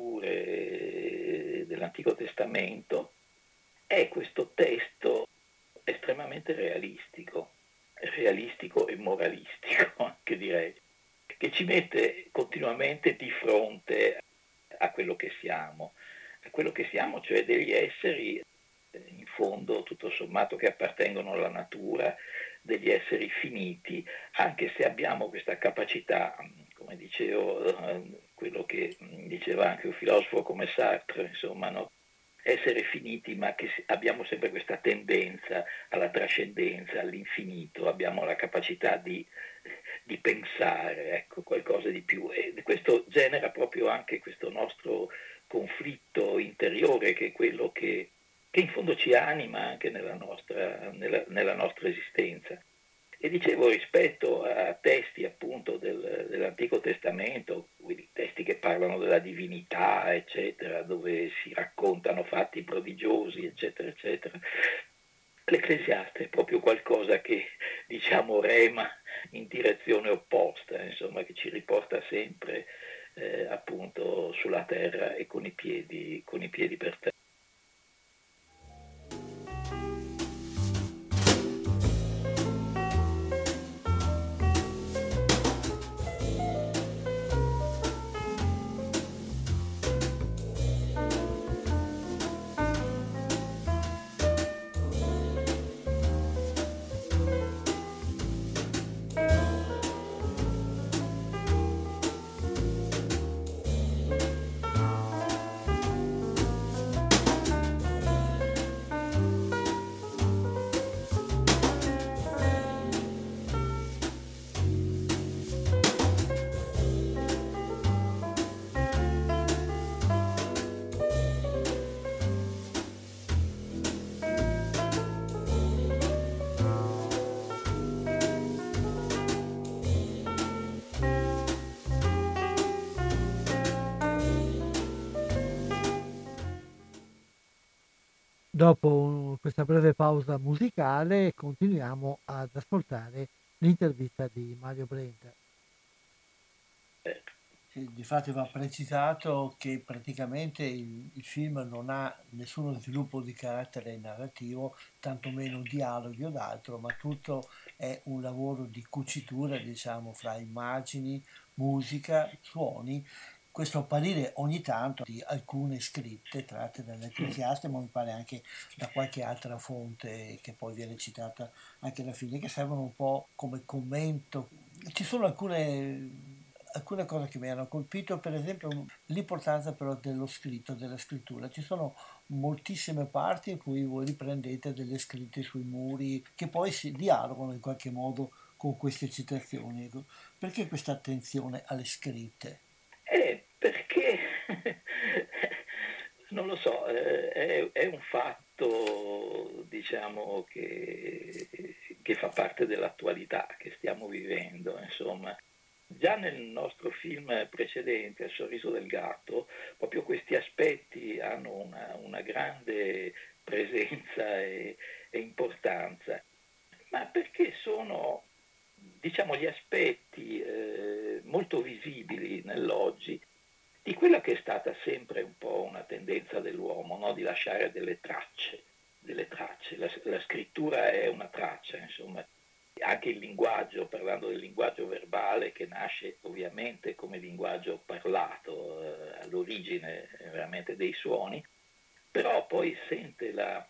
Scritture dell'Antico Testamento è questo testo estremamente realistico, realistico e moralistico anche direi, che ci mette continuamente di fronte a quello che siamo, a quello che siamo, cioè degli esseri in fondo tutto sommato che appartengono alla natura, degli esseri finiti, anche se abbiamo questa capacità, come dicevo, quello che diceva anche un filosofo come Sartre, insomma, no? Essere finiti, ma che abbiamo sempre questa tendenza alla trascendenza, all'infinito, abbiamo la capacità di, di pensare, ecco, qualcosa di più, e questo genera proprio anche questo nostro conflitto interiore, che è quello che che in fondo ci anima anche nella nostra, nella, nella nostra esistenza. E dicevo, rispetto a testi appunto del, dell'Antico Testamento, quindi testi che parlano della divinità, eccetera, dove si raccontano fatti prodigiosi, eccetera, eccetera, l'Ecclesiaste è proprio qualcosa che, diciamo, rema in direzione opposta, insomma, che ci riporta sempre eh, appunto sulla terra e con i piedi, con i piedi per terra. Dopo questa breve pausa musicale continuiamo ad ascoltare l'intervista di Mario Brenta. Eh, Sì, difatti va precisato che praticamente il, il film non ha nessuno sviluppo di carattere narrativo, tantomeno dialoghi o d'altro, ma tutto è un lavoro di cucitura, diciamo, fra immagini, musica, suoni. Questo apparire ogni tanto di alcune scritte tratte dall'Ecclesiaste, ma mi pare anche da qualche altra fonte che poi viene citata anche alla fine, che servono un po' come commento. Ci sono alcune, alcune cose che mi hanno colpito, per esempio l'importanza però dello scritto, della scrittura. Ci sono moltissime parti in cui voi riprendete delle scritte sui muri che poi si dialogano in qualche modo con queste citazioni. Ecco. Perché questa attenzione alle scritte? Eh, perché non lo so, eh, è, è un fatto, diciamo, che, che fa parte dell'attualità che stiamo vivendo, insomma. Già nel nostro film precedente, Il sorriso del gatto, proprio questi aspetti hanno una, una grande presenza e, e importanza, ma perché sono, diciamo, gli aspetti eh, molto visibili nell'oggi di quella che è stata sempre un po' una tendenza dell'uomo, no? Di lasciare delle tracce, delle tracce. La, la scrittura è una traccia, insomma. Anche il linguaggio, parlando del linguaggio verbale che nasce ovviamente come linguaggio parlato eh, all'origine eh, veramente dei suoni, però poi sente la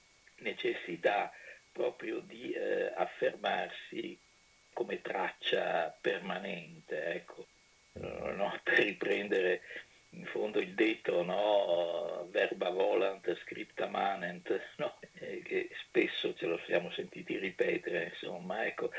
necessità proprio di eh, affermarsi come traccia permanente, ecco. Uh, no? Per riprendere in fondo il detto, no? Verba volant scripta manent, no? eh, che spesso ce lo siamo sentiti ripetere, insomma, ecco,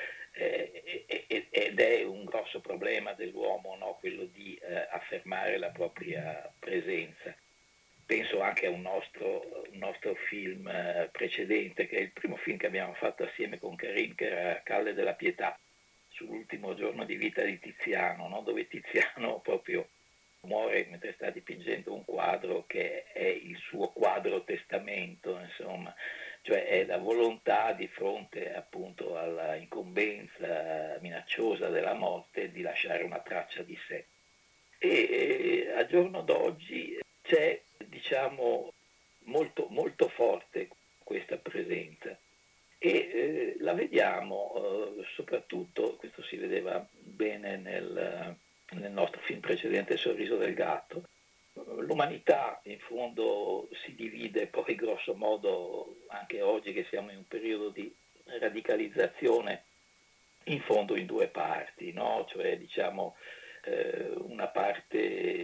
eh, eh, ed è un grosso problema dell'uomo, no? Quello di eh, affermare la propria presenza. Penso anche a un nostro, un nostro film eh, precedente, che è il primo film che abbiamo fatto assieme con Karim, che era Calle della Pietà, sull'ultimo giorno di vita di Tiziano, no? Dove Tiziano proprio muore mentre sta dipingendo un quadro che è il suo quadro testamento, insomma, cioè è la volontà di fronte appunto alla incombenza minacciosa della morte di lasciare una traccia di sé. E eh, a giorno d'oggi c'è, diciamo, molto, molto forte questa presenza. E eh, la vediamo eh, soprattutto, questo si vedeva bene nel, nel nostro film precedente, Il sorriso del gatto. L'umanità in fondo si divide poi grosso modo, anche oggi che siamo in un periodo di radicalizzazione, in fondo in due parti, no? Cioè diciamo eh, una parte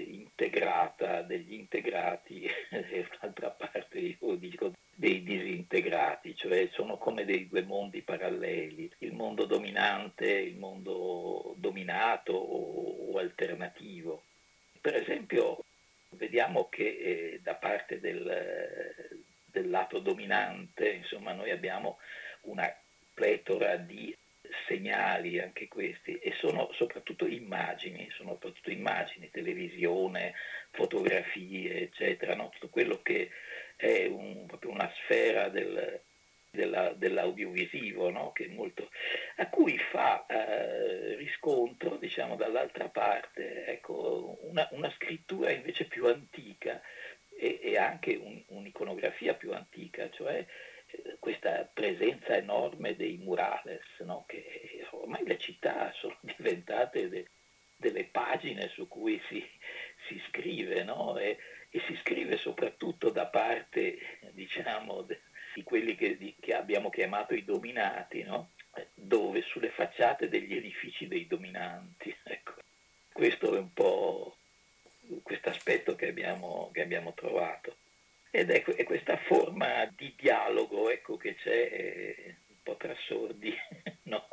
integrata degli integrati e un'altra parte, io dico, dei disintegrati, cioè sono come dei due mondi paralleli, il mondo dominante, il mondo dominato o, o alternativo. Per esempio vediamo che eh, da parte del, del lato dominante, insomma, noi abbiamo una pletora di segnali anche questi, e sono soprattutto immagini, sono soprattutto immagini, televisione, fotografie, eccetera, no? Tutto quello che è un, proprio una sfera del, della, dell'audiovisivo, no? Che è molto, a cui fa eh, riscontro, diciamo, dall'altra parte, ecco, una, una scrittura invece più antica e, e anche un, un'iconografia più antica, cioè questa presenza enorme dei murales, no? Che ormai le città sono diventate de, delle pagine su cui si, si scrive, no? e, e si scrive soprattutto da parte, diciamo, de, di quelli che, di, che abbiamo chiamato i dominati, no? Dove sulle facciate degli edifici dei dominanti. Ecco. Questo è un po' questo aspetto che abbiamo, che abbiamo trovato. Ed è, è questa forma di dialogo, ecco, che c'è eh, un po' tra sordi, no?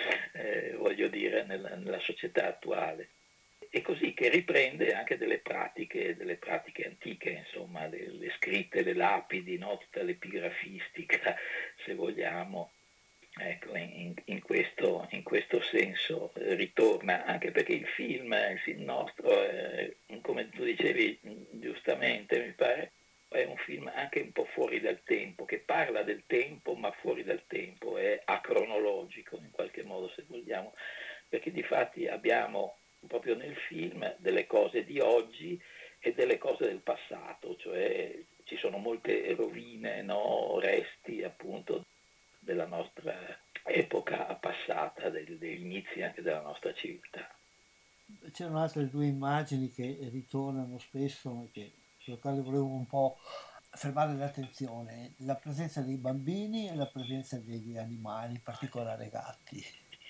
eh, voglio dire, nella, nella società attuale. E così che riprende anche delle pratiche, delle pratiche antiche, insomma, le, le scritte, le lapidi, no? Tutta l'epigrafistica, se vogliamo. Ecco, in, in, questo, in questo senso eh, ritorna, anche perché il film, il film nostro, eh, come tu dicevi giustamente, mi pare, è un film anche un po' fuori dal tempo, che parla del tempo ma fuori dal tempo, è acronologico in qualche modo, se vogliamo, perché difatti abbiamo proprio nel film delle cose di oggi e delle cose del passato, cioè ci sono molte rovine, no? Resti appunto della nostra epoca passata, dei- degli inizi anche della nostra civiltà. C'erano altre due immagini che ritornano spesso, ma che, sulle quali volevo un po' fermare l'attenzione, la presenza dei bambini e la presenza degli animali, in particolare gatti.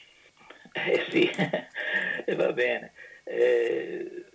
Eh sì, e va bene. Eh,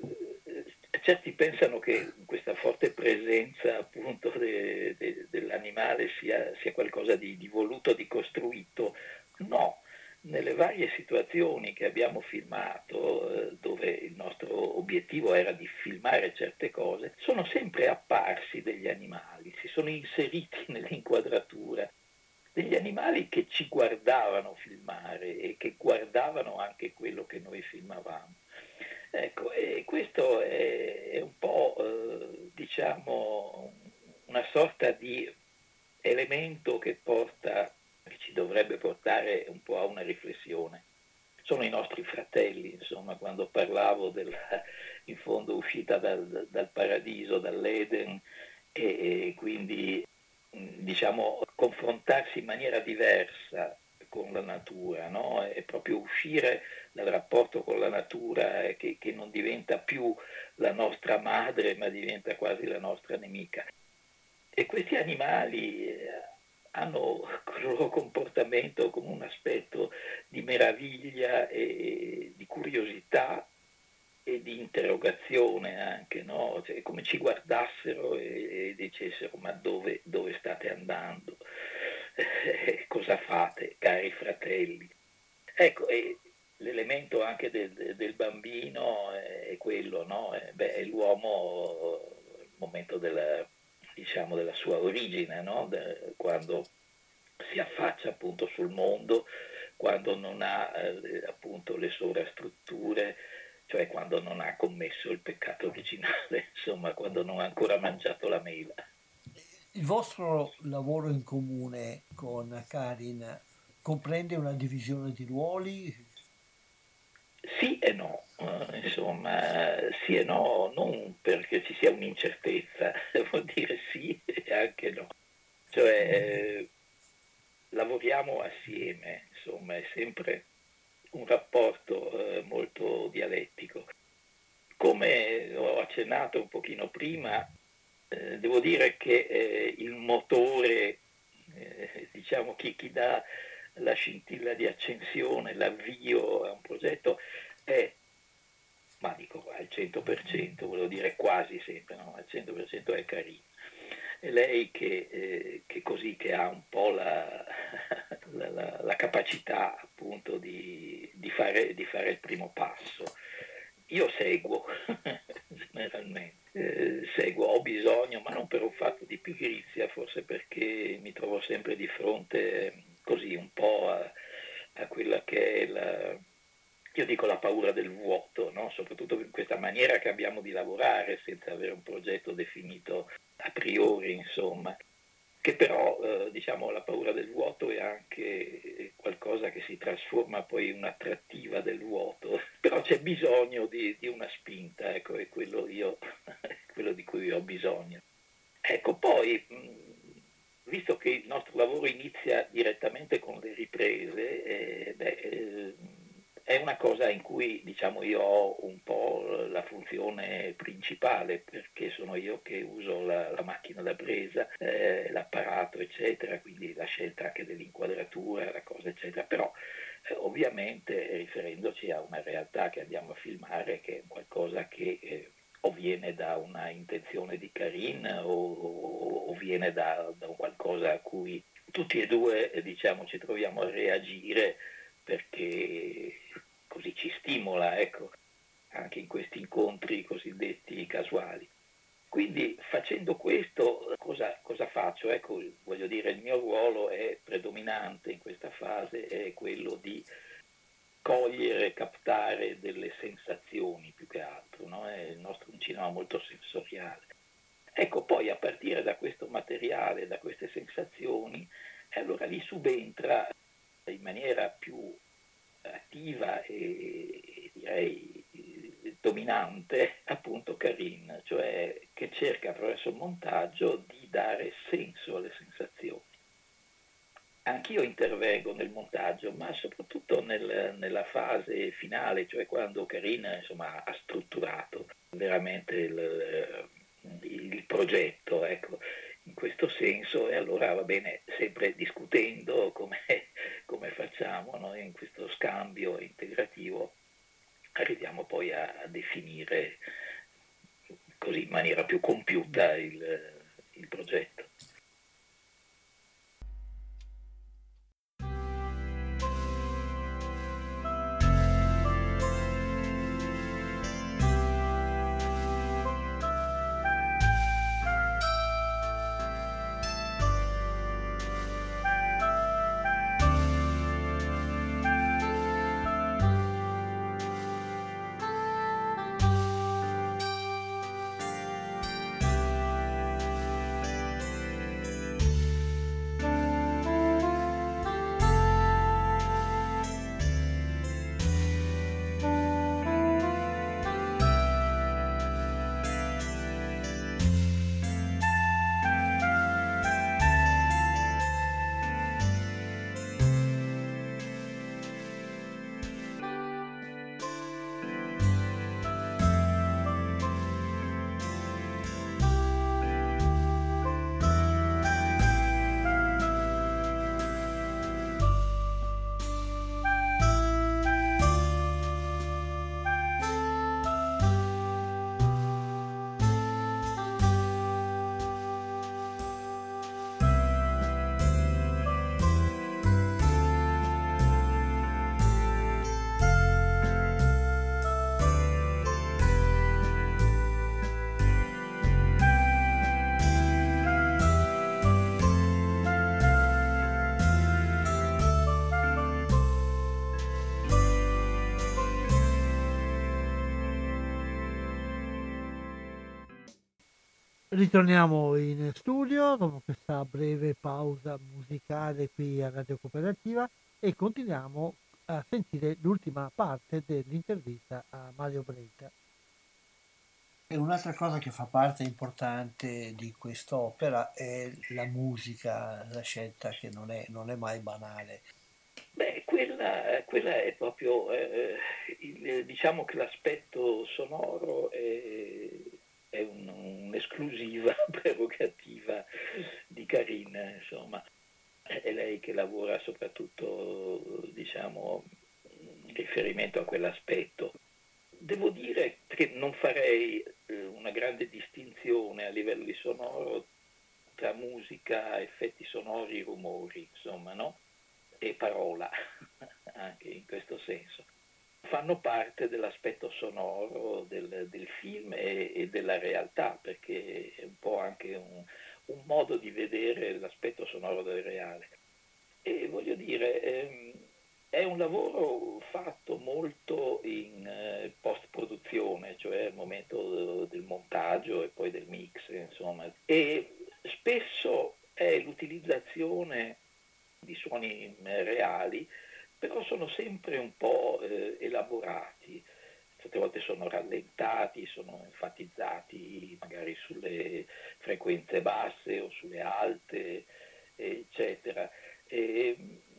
certi pensano che questa forte presenza appunto de- de- dell'animale sia, sia qualcosa di, di voluto, di costruito. No, nelle varie situazioni che abbiamo filmato, eh, dove il nostro obiettivo era di filmare certe cose, sono sempre apparsi degli animali, si sono inseriti nell'inquadratura degli animali che ci guardavano filmare e che guardavano anche quello che noi filmavamo. Ecco, e questo è, è un po', eh, diciamo, una sorta di elemento che porta, che ci dovrebbe portare un po' a una riflessione. Sono i nostri fratelli, insomma, quando parlavo della, in fondo, uscita dal, dal paradiso, dall'Eden, e, e quindi diciamo confrontarsi in maniera diversa con la natura, no? E proprio uscire dal rapporto con la natura eh, che, che non diventa più la nostra madre ma diventa quasi la nostra nemica. E questi animali eh, hanno il loro comportamento come un aspetto di meraviglia e di curiosità e di interrogazione anche, no? Cioè, come ci guardassero e, e dicessero ma dove, dove state andando? Eh, cosa fate, cari fratelli? Ecco, e l'elemento anche del, del bambino è quello, no? Eh, beh, è l'uomo al momento della, diciamo, della sua origine, no? De, quando si affaccia appunto sul mondo, quando non ha eh, appunto le sovrastrutture, cioè quando non ha commesso il peccato originale, insomma, quando non ha ancora mangiato la mela. Il vostro lavoro in comune con Karin comprende una divisione di ruoli? Sì e no, eh, insomma, sì e no, non perché ci sia un'incertezza, vuol dire sì e anche no. Cioè, eh, lavoriamo assieme, insomma, è sempre un rapporto eh, molto dialettico. Come ho accennato un pochino prima, eh, devo dire che eh, il motore, eh, diciamo chi, chi dà la scintilla di accensione, l'avvio a un progetto è, ma dico al cento per cento, volevo dire quasi sempre, no? Al cento per cento è Carina. È lei che, eh, che così che ha un po' la, la, la, la capacità appunto di, di, fare, di fare il primo passo. Io seguo generalmente, eh, seguo, ho bisogno, ma non per un fatto di pigrizia, forse perché mi trovo sempre di fronte eh, così un po' a, a quella che è la, io dico la paura del vuoto, no? Soprattutto in questa maniera che abbiamo di lavorare senza avere un progetto definito a priori, insomma, che però eh, diciamo la paura del vuoto è anche qualcosa che si trasforma poi in un'attrattiva del vuoto, però c'è bisogno di, di una spinta, ecco, è quello, io, quello di cui ho bisogno. Ecco, poi, mh, visto che il nostro lavoro inizia direttamente con le riprese, eh, beh, eh, è una cosa in cui diciamo io ho un po' la funzione principale perché sono io che uso la, la macchina da presa, eh, l'apparato eccetera, quindi la scelta anche dell'inquadratura, la cosa eccetera, però eh, ovviamente riferendoci a una realtà che andiamo a filmare che è qualcosa che eh, o viene da una intenzione di Karin o, o viene da, da qualcosa a cui tutti e due eh, diciamo ci troviamo a reagire perché così ci stimola, ecco, anche in questi incontri cosiddetti casuali. Quindi facendo questo cosa, cosa faccio? Ecco, voglio dire, il mio ruolo è predominante in questa fase, è quello di cogliere, captare delle sensazioni più che altro, no? È il nostro un cinema molto sensoriale. Ecco, poi a partire da questo materiale, da queste sensazioni, allora lì subentra in maniera più attiva e direi dominante appunto Karin, cioè che cerca attraverso il montaggio di dare senso alle sensazioni. Anch'io intervengo nel montaggio, ma soprattutto nel, nella fase finale, cioè quando Karin insomma, ha strutturato veramente il, il progetto, ecco, in questo senso, e allora va bene, sempre discutendo come, come facciamo, no? In questo scambio integrativo arriviamo poi a, a definire così in maniera più compiuta il, il progetto. Ritorniamo in studio dopo questa breve pausa musicale qui a Radio Cooperativa e continuiamo a sentire l'ultima parte dell'intervista a Mario Brenta. E un'altra cosa che fa parte importante di quest'opera è la musica, la scelta che non è, non è mai banale. Beh, quella, quella è proprio, eh, il, diciamo che l'aspetto sonoro è, è un, un'esclusiva prerogativa di Karin, insomma. È lei che lavora soprattutto, diciamo, in riferimento a quell'aspetto. Devo dire che non farei una grande distinzione a livello di sonoro tra musica, effetti sonori, rumori, insomma, no? E parola, anche in questo senso. Fanno parte dell'aspetto sonoro del, del film e, e della realtà, perché è un po' anche un, un modo di vedere l'aspetto sonoro del reale. E voglio dire, ehm, è un lavoro fatto molto in eh, post-produzione, cioè al momento del montaggio e poi del mix, insomma. E spesso è l'utilizzazione di suoni reali, però sono sempre un po' eh, elaborati, certe volte sono rallentati, sono enfatizzati magari sulle frequenze basse o sulle alte, eccetera. E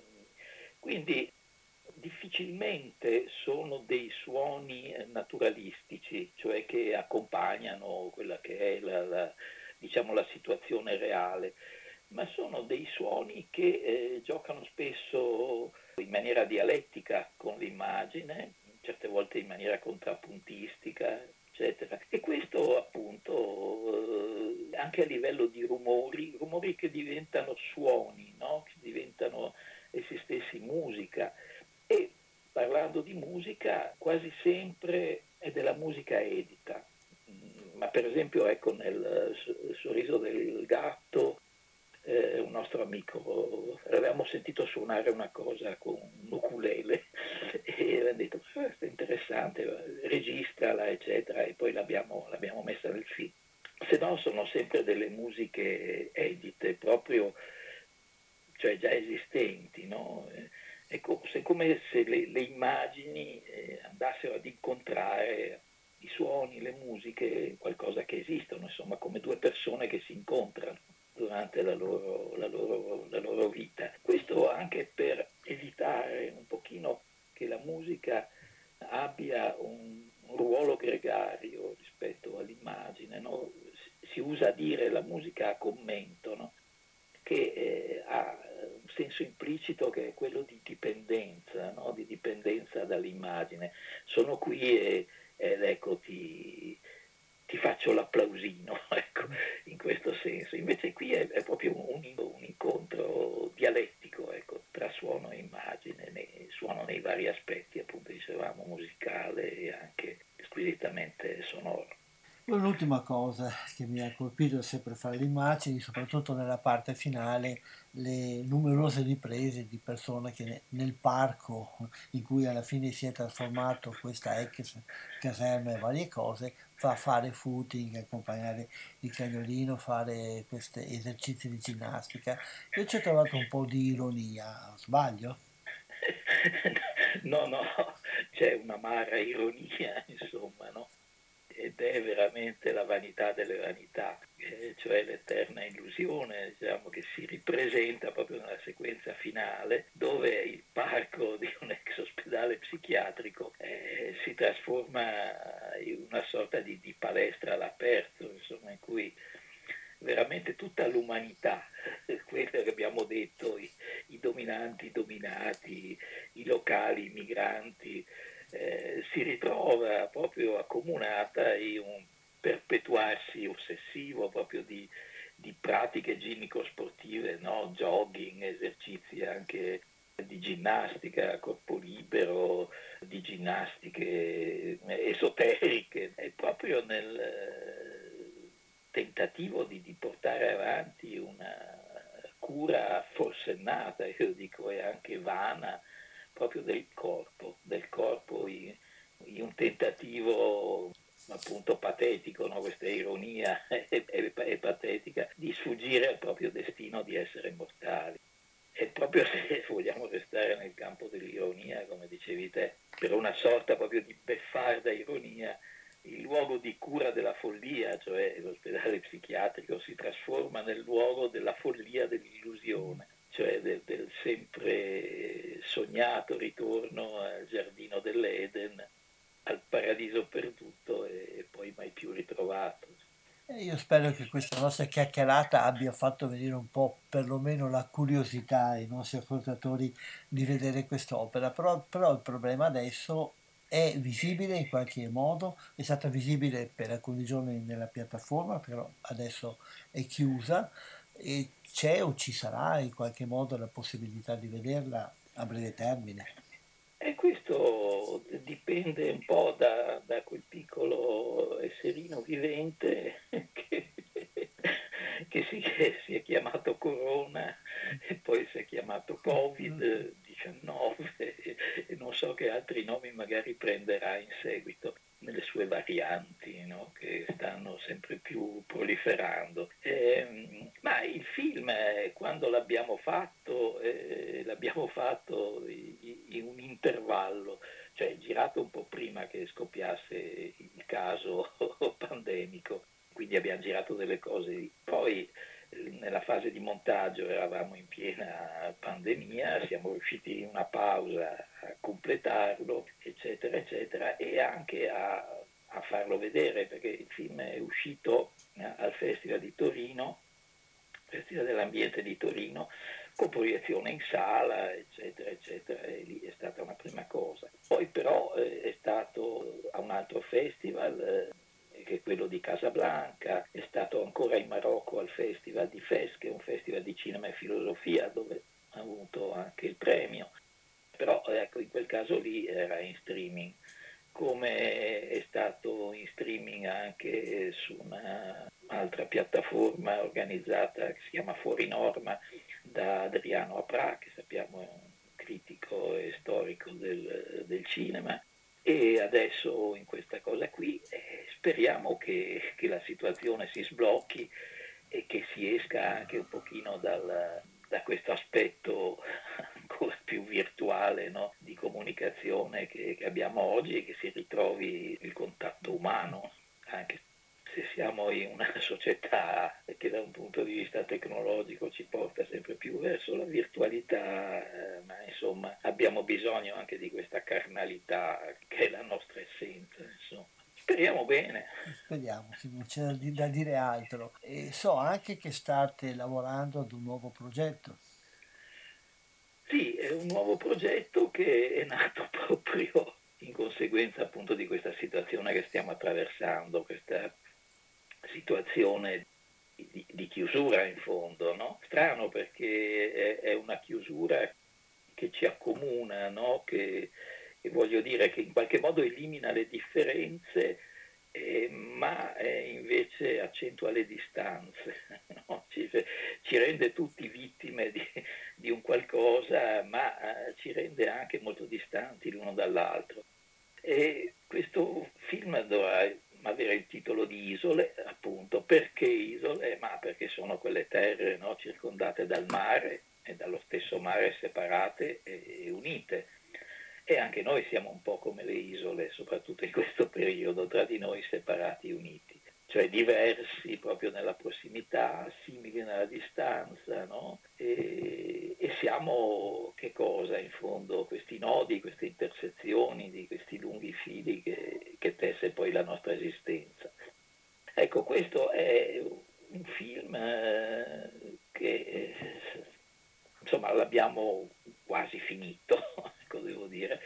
quindi difficilmente sono dei suoni naturalistici, cioè che accompagnano quella che è la, la, diciamo, la situazione reale, ma sono dei suoni che eh, giocano spesso in maniera dialettica con l'immagine, certe volte in maniera contrappuntistica, eccetera. E questo appunto eh, anche a livello di rumori, rumori che diventano suoni, no? Che diventano essi stessi musica. E parlando di musica, quasi sempre è della musica edita. Ma per esempio ecco nel Sorriso del gatto, Eh, un nostro amico, avevamo sentito suonare una cosa con un ukulele e avevamo detto questo è interessante, registrala eccetera, e poi l'abbiamo, l'abbiamo messa nel film. se no sono sempre delle musiche edite, proprio, cioè già esistenti, no? È co- se- come se le, le immagini eh, andassero ad incontrare i suoni, le musiche, qualcosa che esistono, insomma, come due persone che si incontrano durante la loro, la loro, la loro vita. Questo anche per evitare un pochino che la musica abbia un, un ruolo gregario rispetto all'immagine, no? Si usa a dire la musica a commento, no? Che eh, ha un senso implicito che è quello di dipendenza, no? Di dipendenza dall'immagine. Sono qui e, ed ecco ti, ti faccio l'applausino, ecco, in questo senso. Invece qui è, è proprio un, un incontro dialettico, ecco, tra suono e immagine, nei, suono nei vari aspetti, appunto dicevamo, musicale e anche squisitamente sonoro. Poi l'ultima cosa che mi ha colpito è sempre fare le immagini, soprattutto nella parte finale, le numerose riprese di persone che ne- nel parco in cui alla fine si è trasformato questa ex caserma e varie cose, fa fare footing, accompagnare il cagnolino, fare questi esercizi di ginnastica. Io ci ho trovato un po' di ironia, sbaglio? No, no, c'è un'amara ironia, insomma, no? Ed è veramente la vanità delle vanità, eh, cioè l'eterna illusione, diciamo, che si ripresenta proprio nella sequenza finale, dove il parco di un ex ospedale psichiatrico eh, si trasforma in una sorta di, di palestra all'aperto, insomma, in cui veramente tutta l'umanità, quello che abbiamo detto, i, i dominanti, i dominati, i locali, i migranti, eh, si ritrova proprio accomunata in un perpetuarsi ossessivo proprio di, di pratiche ginnico-sportive, no? Jogging, esercizi anche di ginnastica a corpo libero, di ginnastiche esoteriche, è proprio nel tentativo di, di portare avanti una cura forsennata, io dico, e anche vana, proprio del corpo, del corpo in, in un tentativo appunto patetico, no? Questa ironia è, è, è patetica, di sfuggire al proprio destino di essere mortali. E proprio se vogliamo restare nel campo dell'ironia, come dicevi te, per una sorta proprio di beffarda ironia, il luogo di cura della follia, cioè l'ospedale psichiatrico, si trasforma nel luogo della follia dell'illusione, cioè del, del sempre sognato ritorno al giardino dell'Eden, al paradiso perduto e poi mai più ritrovato. E io spero che questa nostra chiacchierata abbia fatto venire un po' perlomeno la curiosità ai nostri ascoltatori di vedere quest'opera, però, però il problema adesso è visibile in qualche modo, è stata visibile per alcuni giorni nella piattaforma, però adesso è chiusa e c'è o ci sarà in qualche modo la possibilità di vederla a breve termine. E questo dipende un po' da, da quel piccolo esserino vivente che, che, si, che si è chiamato Corona e poi si è chiamato covid diciannove e, e non so che altri nomi magari prenderà in seguito nelle sue varianti, no? Che stanno sempre più proliferando. Eh, ma il film, eh, quando l'abbiamo fatto, eh, l'abbiamo fatto in, in un intervallo, cioè girato un po' prima che scoppiasse il caso pandemico, quindi abbiamo girato delle cose lì. Poi nella fase di montaggio eravamo in piena pandemia, siamo riusciti in una pausa a completarlo, eccetera, eccetera, e anche a, a farlo vedere, perché il film è uscito al Festival di Torino, Festival dell'Ambiente di Torino, con proiezione in sala, eccetera, eccetera, e lì è stata una prima cosa. Poi però eh, è stato a un altro festival, eh, che è quello di Casablanca, è stato ancora in Marocco al Festival di Fes, che è un festival di cinema e filosofia, dove ha avuto anche il premio, però ecco, in quel caso lì era in streaming, come è stato in streaming anche su un'altra piattaforma organizzata che si chiama Fuori Norma da Adriano Apra, che sappiamo è un critico e storico del, del cinema, e adesso in questa cosa qui eh, speriamo che, che la situazione si sblocchi e che si esca anche un pochino dal, da questo aspetto ancora più virtuale, no? Di comunicazione che, che abbiamo oggi, e che si ritrovi il contatto umano, anche se siamo in una società che da un punto di vista tecnologico ci porta sempre più verso la virtualità, eh, ma insomma abbiamo bisogno anche di questa carnalità che è la nostra essenza, insomma. Speriamo bene. Speriamo, sì, non c'è da di- da dire altro. E so anche che state lavorando ad un nuovo progetto. Sì, è un nuovo progetto che è nato proprio in conseguenza appunto di questa situazione che stiamo attraversando, questa situazione di, di chiusura in fondo, no? Strano, perché è, è una chiusura che ci accomuna, no? Che, che voglio dire che in qualche modo elimina le differenze, eh, ma eh, invece accentua le distanze, no? Ci, ci rende tutti vittime di, di un qualcosa, ma eh, ci rende anche molto distanti l'uno dall'altro. E questo film dovrà avere il titolo di Isole, appunto. Perché isole? Ma perché sono quelle terre, no, circondate dal mare e dallo stesso mare, separate e unite. E anche noi siamo un po' come le isole, soprattutto in questo periodo, tra di noi separati e uniti, cioè diversi proprio nella prossimità, simili nella distanza, no? E, e siamo che cosa in fondo? Questi nodi, queste intersezioni di questi lunghi fili che, che tesse poi la nostra esistenza. Ecco, questo è un film eh, che eh, insomma l'abbiamo quasi finito, ecco, devo dire,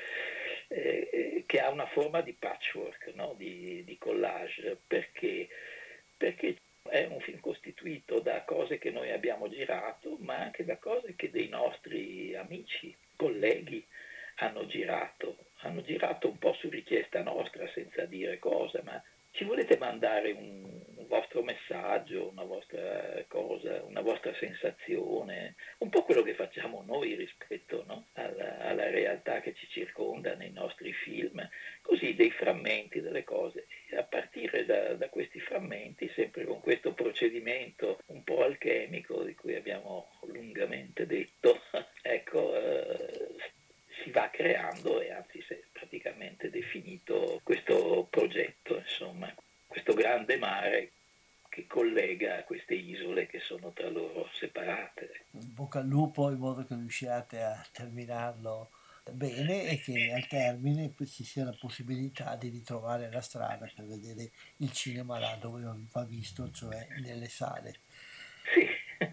eh, che ha una forma di patchwork, no? di, di collage, perché, perché è un film costituito da cose che noi abbiamo girato, ma anche da cose che dei nostri amici, colleghi hanno girato, hanno girato un po' su richiesta nostra, senza dire cosa, ma ci volete mandare un, un vostro messaggio, una vostra cosa, una vostra sensazione, un po' quello che facciamo noi rispetto, no? alla, alla realtà che ci circonda nei nostri film, così dei frammenti, delle cose. E a partire da, da questi frammenti, sempre con questo procedimento un po' alchemico di cui abbiamo lungamente detto, ecco, eh, si va creando, e anzi si è praticamente definito questo progetto, insomma, questo grande mare che collega queste isole che sono tra loro separate. In bocca al lupo, in modo che riusciate a terminarlo bene e che al termine poi ci sia la possibilità di ritrovare la strada per vedere il cinema là dove va visto, cioè nelle sale. Sì,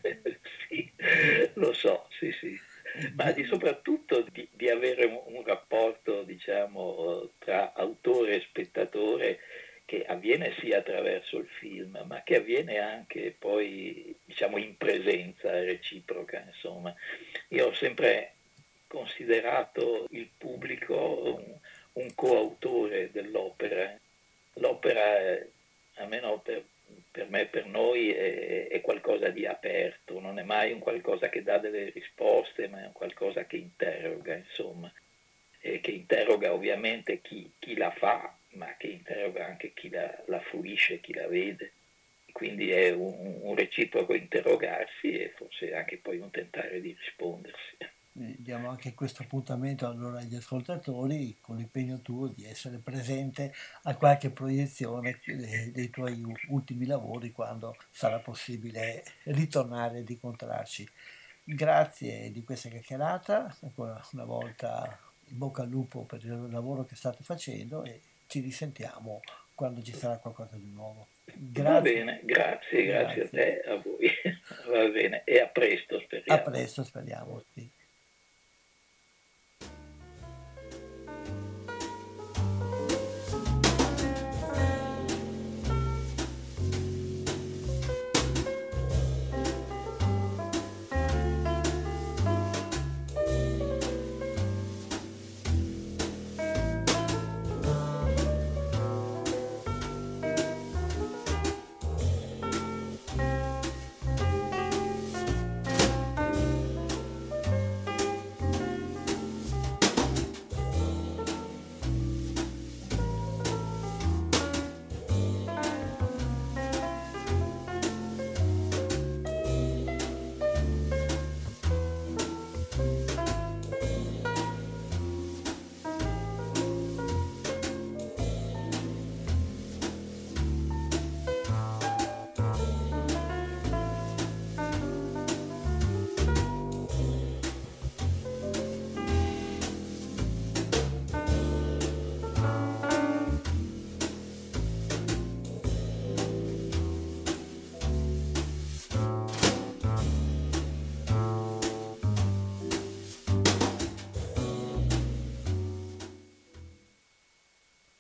sì, lo so, sì, sì. Ma di soprattutto di, di avere un, un rapporto, diciamo, tra autore e spettatore che avviene sia attraverso il film, ma che avviene anche poi, diciamo, in presenza reciproca, insomma. Io ho sempre considerato il pubblico un, un coautore dell'opera. L'opera, eh, almeno per, per me, per noi, è, è qualcosa di aperto, non è mai un qualcosa che dà delle risposte, ma è un qualcosa che interroga, insomma, e che interroga ovviamente chi, chi la fa, ma che interroga anche chi la, la fruisce, chi la vede. Quindi è un, un reciproco interrogarsi e forse anche poi un tentare di rispondersi. Eh, Diamo anche questo appuntamento allora agli ascoltatori con l'impegno tuo di essere presente a qualche proiezione dei, dei tuoi u- ultimi lavori quando sarà possibile ritornare ed incontrarci. Grazie di questa chiacchierata, ancora una volta in bocca al lupo per il lavoro che state facendo e ci risentiamo quando ci sarà qualcosa di nuovo. Va Grazie, bene, grazie, grazie a grazie. te, a voi. Va bene, e a presto, A speriamo. presto, speriamo. Sì.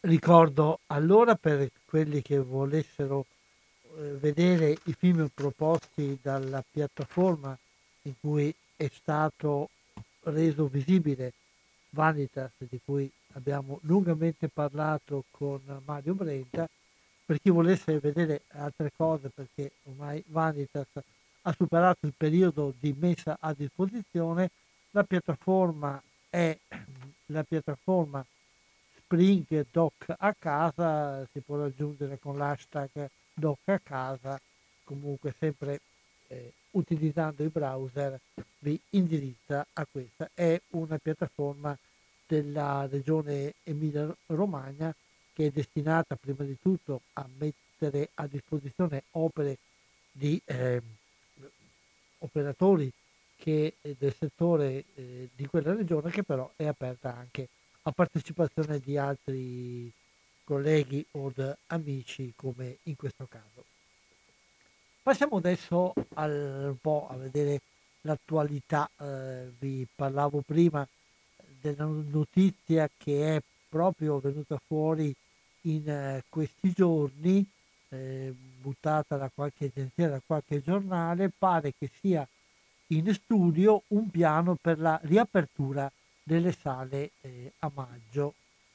Ricordo allora, per quelli che volessero eh, vedere i film proposti dalla piattaforma in cui è stato reso visibile Vanitas, di cui abbiamo lungamente parlato con Mario Brenta, per chi volesse vedere altre cose, perché ormai Vanitas ha superato il periodo di messa a disposizione, la piattaforma è la piattaforma Spring Doc a casa, si può raggiungere con l'hashtag Doc a casa, comunque sempre eh, utilizzando i browser vi indirizza a questa. È una piattaforma della regione Emilia-Romagna che è destinata prima di tutto a mettere a disposizione opere di eh, operatori che, eh, del settore eh, di quella regione, che però è aperta anche a partecipazione di altri colleghi o amici, come in questo caso. Passiamo adesso al, un po' a vedere l'attualità. Eh, vi parlavo prima della notizia che è proprio venuta fuori in eh, questi giorni, eh, buttata da qualche agenzia, da qualche giornale. Pare che sia in studio un piano per la riapertura delle sale eh, a maggio.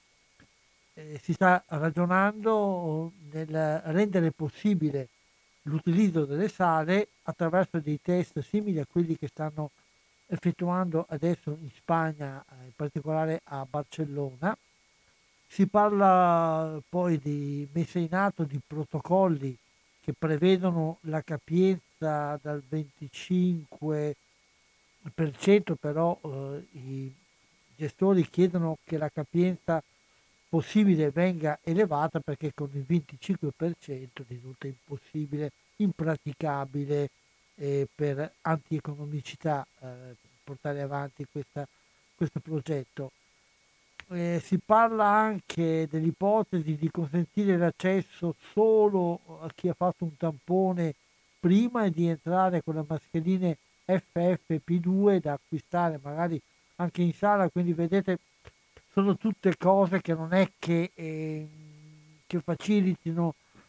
Eh, si sta ragionando nel rendere possibile l'utilizzo delle sale attraverso dei test simili a quelli che stanno effettuando adesso in Spagna, in particolare a Barcellona. Si parla poi di messa in atto di protocolli che prevedono la capienza dal venticinque per cento, però eh, i gestori chiedono che la capienza possibile venga elevata, perché con il venticinque per cento risulta impossibile, impraticabile eh, per antieconomicità eh, portare avanti questa, questo progetto. Eh, si parla anche dell'ipotesi di consentire l'accesso solo a chi ha fatto un tampone prima e di entrare con le mascherine F F P due da acquistare magari anche in sala. Quindi vedete, sono tutte cose che non è che, eh, che facilitino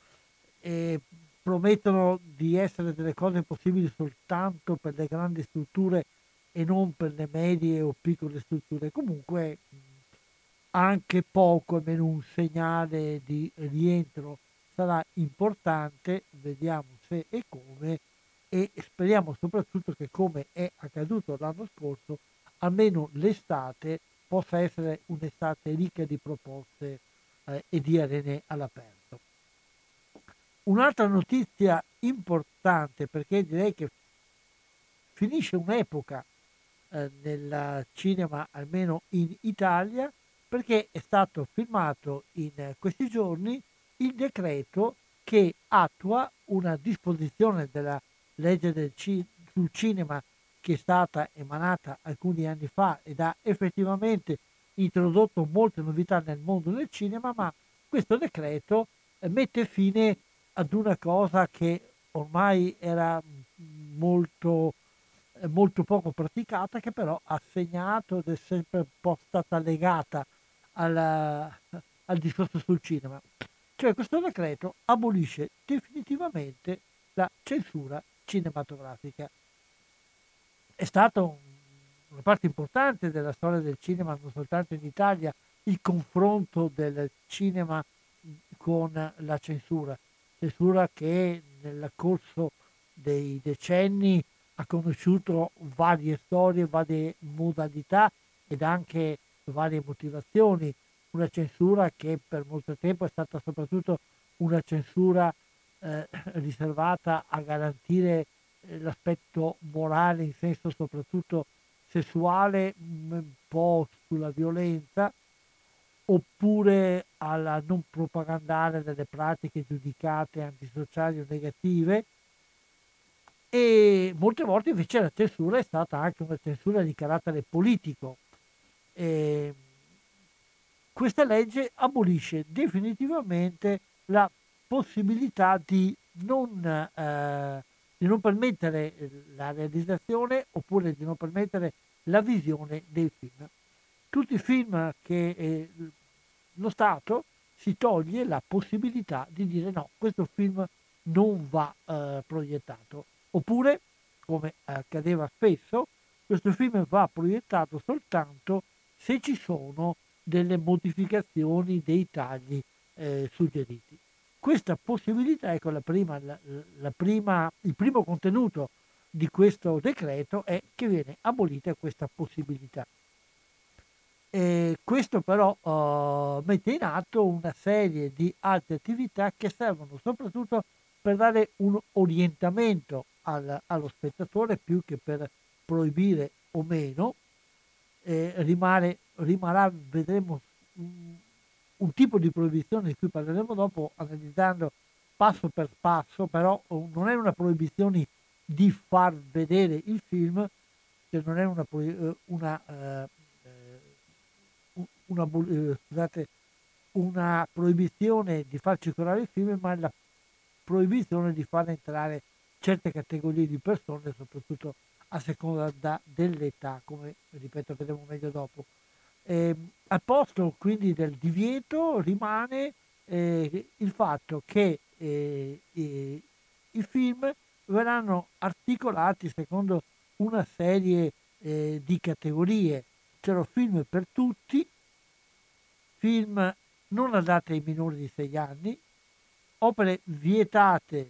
e promettono di essere delle cose possibili soltanto per le grandi strutture e non per le medie o piccole strutture. Comunque anche poco, almeno un segnale di rientro sarà importante. Vediamo se e come, e speriamo soprattutto che, come è accaduto l'anno scorso, almeno l'estate possa essere un'estate ricca di proposte eh, e di arene all'aperto. Un'altra notizia importante, perché direi che finisce un'epoca eh, nel cinema, almeno in Italia, perché è stato firmato in questi giorni il decreto che attua una disposizione della legge del ci- sul cinema che è stata emanata alcuni anni fa ed ha effettivamente introdotto molte novità nel mondo del cinema, ma questo decreto eh, mette fine ad una cosa che ormai era molto, eh, molto poco praticata, che però ha segnato ed è sempre un po' stata legata alla, al discorso sul cinema. Cioè, questo decreto abolisce definitivamente la censura cinematografica. È stata un, una parte importante della storia del cinema, non soltanto in Italia, il confronto del cinema con la censura. Censura che nel corso dei decenni ha conosciuto varie storie, varie modalità ed anche varie motivazioni. Una censura che per molto tempo è stata soprattutto una censura eh, riservata a garantire eh, l'aspetto morale, in senso soprattutto sessuale, un po' sulla violenza, oppure alla non propagandare delle pratiche giudicate antisociali o negative. E molte volte invece la censura è stata anche una censura di carattere politico. E questa legge abolisce definitivamente la possibilità di non, eh, di non permettere la realizzazione oppure di non permettere la visione dei film. Tutti i film che eh, lo Stato si toglie la possibilità di dire no, questo film non va eh, proiettato. Oppure, come accadeva spesso, questo film va proiettato soltanto se ci sono delle modificazioni dei tagli eh, suggeriti. Questa possibilità, ecco, la prima, la, la prima, il primo contenuto di questo decreto è che viene abolita questa possibilità. E questo però uh, mette in atto una serie di altre attività che servono soprattutto per dare un orientamento al, allo spettatore più che per proibire o meno. Eh, rimane, rimarrà, vedremo, un, un tipo di proibizione di cui parleremo dopo, analizzando passo per passo, però non è una proibizione di far vedere il film, che non è una, una, uh, una, uh, scusate, una proibizione di far circolare il film, ma la proibizione di far entrare certe categorie di persone, soprattutto a seconda da, dell'età, come ripeto vedremo meglio dopo. Eh, al posto quindi del divieto rimane eh, il fatto che eh, eh, i film verranno articolati secondo una serie eh, di categorie. C'erano film per tutti, film non adatti ai minori di sei anni, opere vietate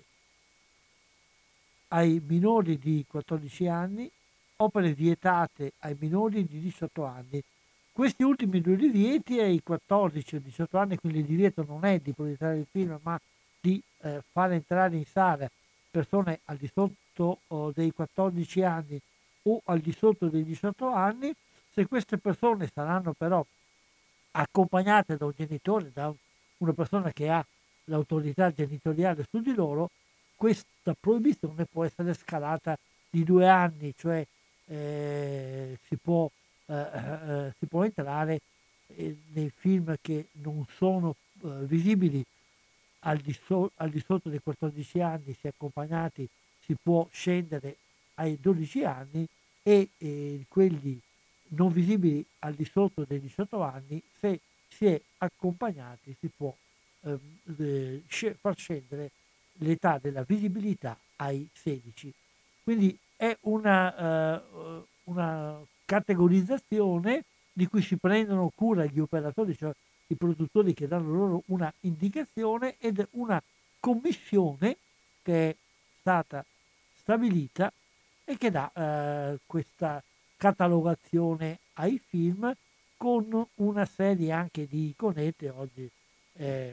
ai minori di quattordici anni, opere vietate ai minori di diciotto anni. Questi ultimi due divieti ai quattordici e diciotto anni, quindi il divieto non è di proiettare il film, ma di eh, far entrare in sala persone al di sotto oh, dei quattordici anni o al di sotto dei diciotto anni. Se queste persone saranno però accompagnate da un genitore, da una persona che ha l'autorità genitoriale su di loro, questa proibizione può essere scalata di due anni, cioè eh, si, può, eh, eh, si può entrare eh, nei film che non sono eh, visibili al di, so- al di sotto dei quattordici anni, se accompagnati si può scendere ai dodici anni, e eh, quelli non visibili al di sotto dei diciotto anni, se si è accompagnati si può eh, eh, far scendere l'età della visibilità ai sedici. Quindi è una, uh, una categorizzazione di cui si prendono cura gli operatori, cioè i produttori, che danno loro una indicazione, ed una commissione che è stata stabilita e che dà uh, questa catalogazione ai film con una serie anche di iconette. Oggi eh,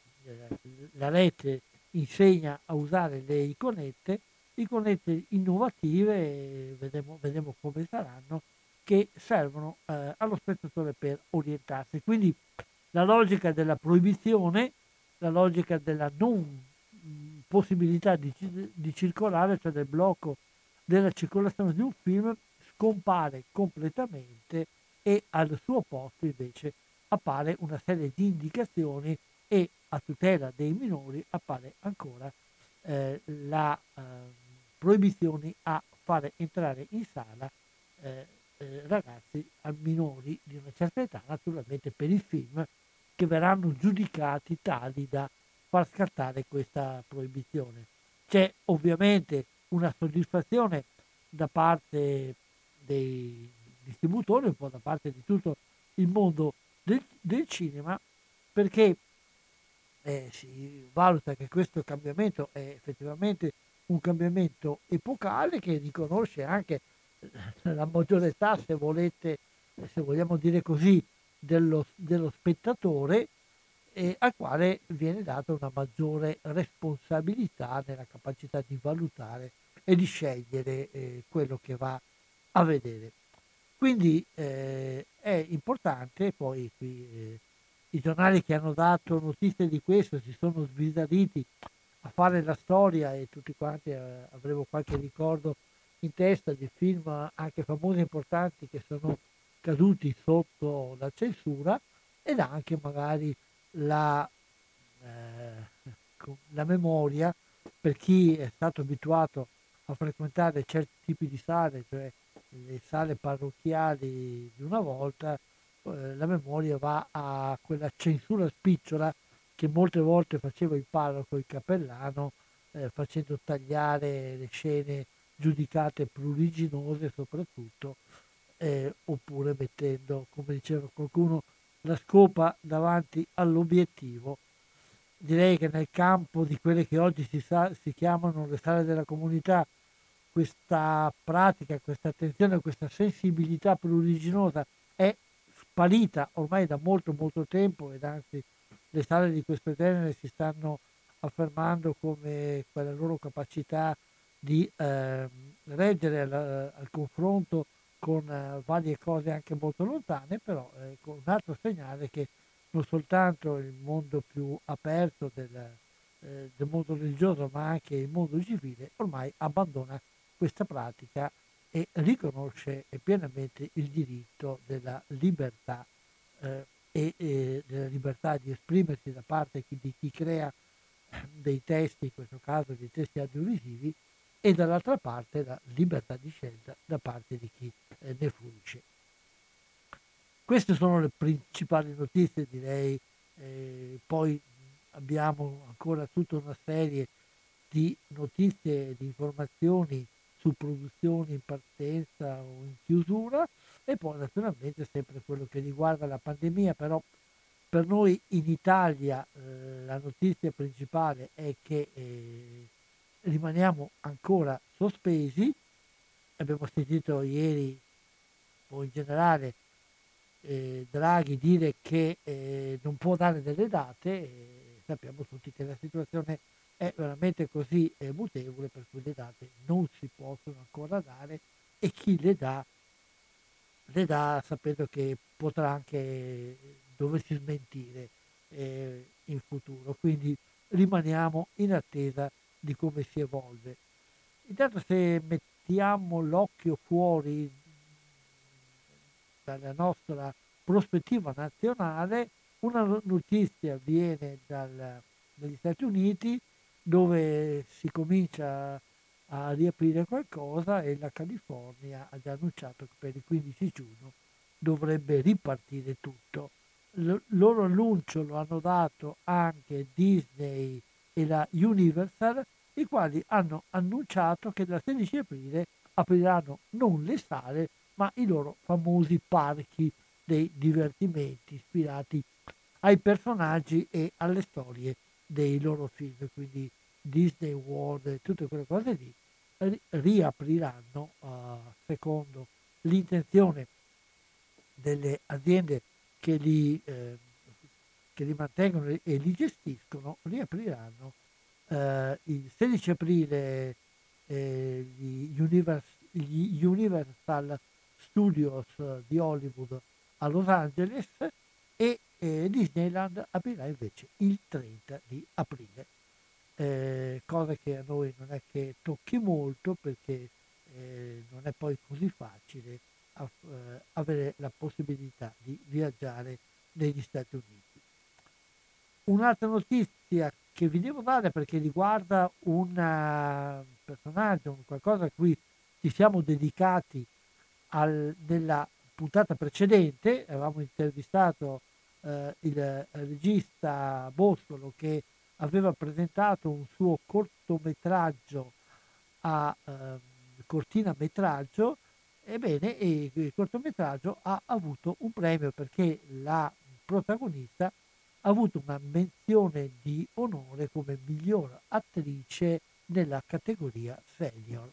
la rete insegna a usare le iconette, iconette innovative, vedremo, vedremo come saranno, che servono eh, allo spettatore per orientarsi. Quindi la logica della proibizione, la logica della non mh, possibilità di, di circolare, cioè del blocco della circolazione di un film, scompare completamente, e al suo posto invece appare una serie di indicazioni, e a tutela dei minori appare ancora eh, la eh, proibizione a fare entrare in sala eh, eh, ragazzi a minori di una certa età, naturalmente per i film che verranno giudicati tali da far scattare questa proibizione. C'è ovviamente una soddisfazione da parte dei distributori, un po' da parte di tutto il mondo del, del cinema, perché eh, si valuta che questo cambiamento è effettivamente un cambiamento epocale, che riconosce anche la maggiore età, se volete, se vogliamo dire così, dello, dello spettatore, e al quale viene data una maggiore responsabilità nella capacità di valutare e di scegliere eh, quello che va a vedere. Quindi eh, è importante. Poi qui eh, i giornali che hanno dato notizie di questo si sono sbizzarriti a fare la storia, e tutti quanti eh, avremo qualche ricordo in testa di film anche famosi e importanti che sono caduti sotto la censura, ed anche magari la, eh, la memoria per chi è stato abituato a frequentare certi tipi di sale, cioè le sale parrocchiali di una volta. Eh, la memoria va a quella censura spicciola che molte volte faceva il parroco, il cappellano, eh, facendo tagliare le scene giudicate pruriginose soprattutto, eh, oppure mettendo, come diceva qualcuno, la scopa davanti all'obiettivo. Direi che nel campo di quelle che oggi si, sa, si chiamano le sale della comunità, questa pratica, questa attenzione, questa sensibilità pruriginosa è sparita ormai da molto molto tempo, ed anzi le sale di questo genere si stanno affermando come quella loro capacità di eh, reggere al, al confronto con eh, varie cose anche molto lontane, però ecco, un altro segnale che non soltanto il mondo più aperto del, eh, del mondo religioso, ma anche il mondo civile ormai abbandona questa pratica e riconosce pienamente il diritto della libertà eh, e, e della libertà di esprimersi da parte di, di chi crea dei testi, in questo caso dei testi audiovisivi, e dall'altra parte la libertà di scelta da parte di chi eh, ne fruisce. Queste sono le principali notizie, direi. Eh, poi abbiamo ancora tutta una serie di notizie e di informazioni su produzioni in partenza o in chiusura, e poi naturalmente sempre quello che riguarda la pandemia. Però per noi in Italia eh, la notizia principale è che eh, rimaniamo ancora sospesi. Abbiamo sentito ieri o in generale eh, Draghi dire che eh, non può dare delle date, e sappiamo tutti che la situazione è veramente così eh, mutevole, per cui le date non si possono ancora dare, e chi le dà le dà sapendo che potrà anche doversi smentire eh, in futuro, quindi rimaniamo in attesa di come si evolve. Intanto, se mettiamo l'occhio fuori dalla nostra prospettiva nazionale, una notizia viene dal, dagli Stati Uniti, dove si comincia a riaprire qualcosa, e la California ha già annunciato che per il quindici giugno dovrebbe ripartire tutto. L- loro annuncio lo hanno dato anche Disney e la Universal, i quali hanno annunciato che dal sedici aprile apriranno non le sale, ma i loro famosi parchi dei divertimenti ispirati ai personaggi e alle storie dei loro film, quindi Disney World e tutte quelle cose lì ri- riapriranno uh, secondo l'intenzione delle aziende che li, eh, che li mantengono e li gestiscono. Riapriranno eh, il sedici aprile eh, gli, Univers- gli Universal Studios di Hollywood a Los Angeles, e eh, Disneyland aprirà invece il trenta di aprile, eh, cosa che a noi non è che tocchi molto, perché eh, non è poi così facile a, eh, avere la possibilità di viaggiare negli Stati Uniti. Un'altra notizia che vi devo dare, perché riguarda un uh, personaggio, un qualcosa a cui ci siamo dedicati al, nella puntata precedente. Avevamo intervistato eh, il regista Boscolo, che aveva presentato un suo cortometraggio a eh, Cortina Metraggio. Ebbene, e il cortometraggio ha avuto un premio, perché la protagonista ha avuto una menzione di onore come miglior attrice nella categoria senior.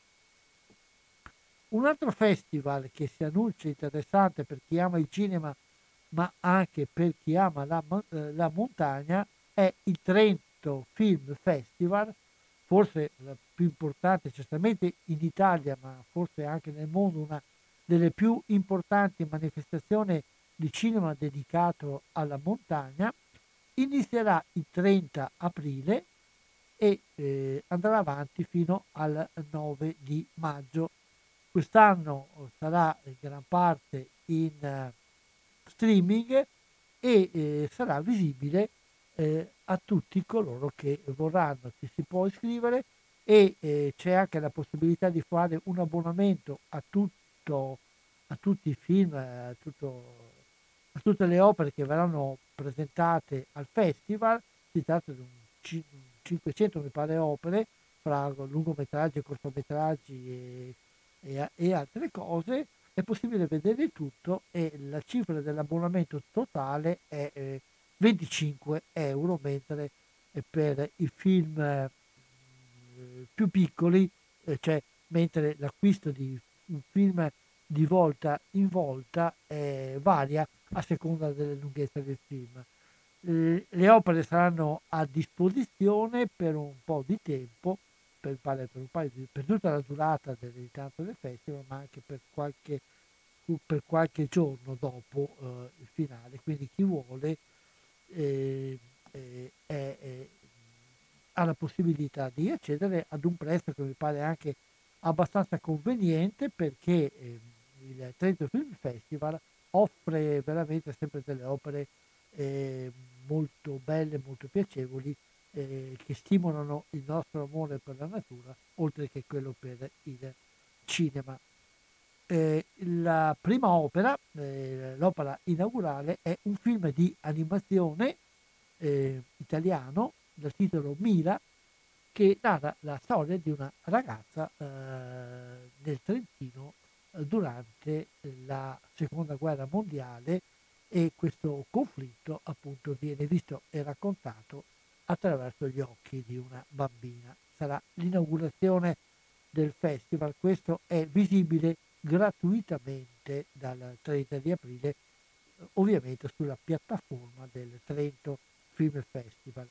Un altro festival che si annuncia interessante per chi ama il cinema, ma anche per chi ama la, la montagna, è il Trento Film Festival, forse la più importante, certamente in Italia, ma forse anche nel mondo, una delle più importanti manifestazioni di cinema dedicato alla montagna. Inizierà il trenta aprile e eh, andrà avanti fino al nove di maggio. Quest'anno sarà in gran parte in uh, streaming, e eh, sarà visibile eh, a tutti coloro che vorranno. Ci si può iscrivere, e eh, c'è anche la possibilità di fare un abbonamento a tutto, a tutti i film, a, tutto, a tutte le opere che verranno presentate al festival, si tratta di un ci- cinquecento, mi pare, opere fra lungometraggi, cortometraggi e, e, e altre cose. È possibile vedere tutto e la cifra dell'abbonamento totale è eh, venticinque euro, mentre eh, per i film eh, più piccoli, eh, cioè mentre l'acquisto di un film di volta in volta eh, varia a seconda della lunghezza del film. Eh, le opere saranno a disposizione per un po' di tempo, per, per, un paio di, per tutta la durata dell'intanto del festival, ma anche per qualche, per qualche giorno dopo eh, il finale. Quindi chi vuole eh, eh, è, è, ha la possibilità di accedere ad un prezzo che mi pare anche abbastanza conveniente, perché eh, il Trento Film Festival offre veramente sempre delle opere eh, molto belle, molto piacevoli, eh, che stimolano il nostro amore per la natura, oltre che quello per il cinema. Eh, la prima opera, eh, l'opera inaugurale, è un film di animazione eh, italiano dal titolo Mira, che narra la storia di una ragazza eh, del Trentino eh, durante la seconda guerra mondiale, e questo conflitto appunto viene visto e raccontato attraverso gli occhi di una bambina. Sarà l'inaugurazione del festival. Questo è visibile gratuitamente dal trenta di aprile, ovviamente sulla piattaforma del Trento Film Festival.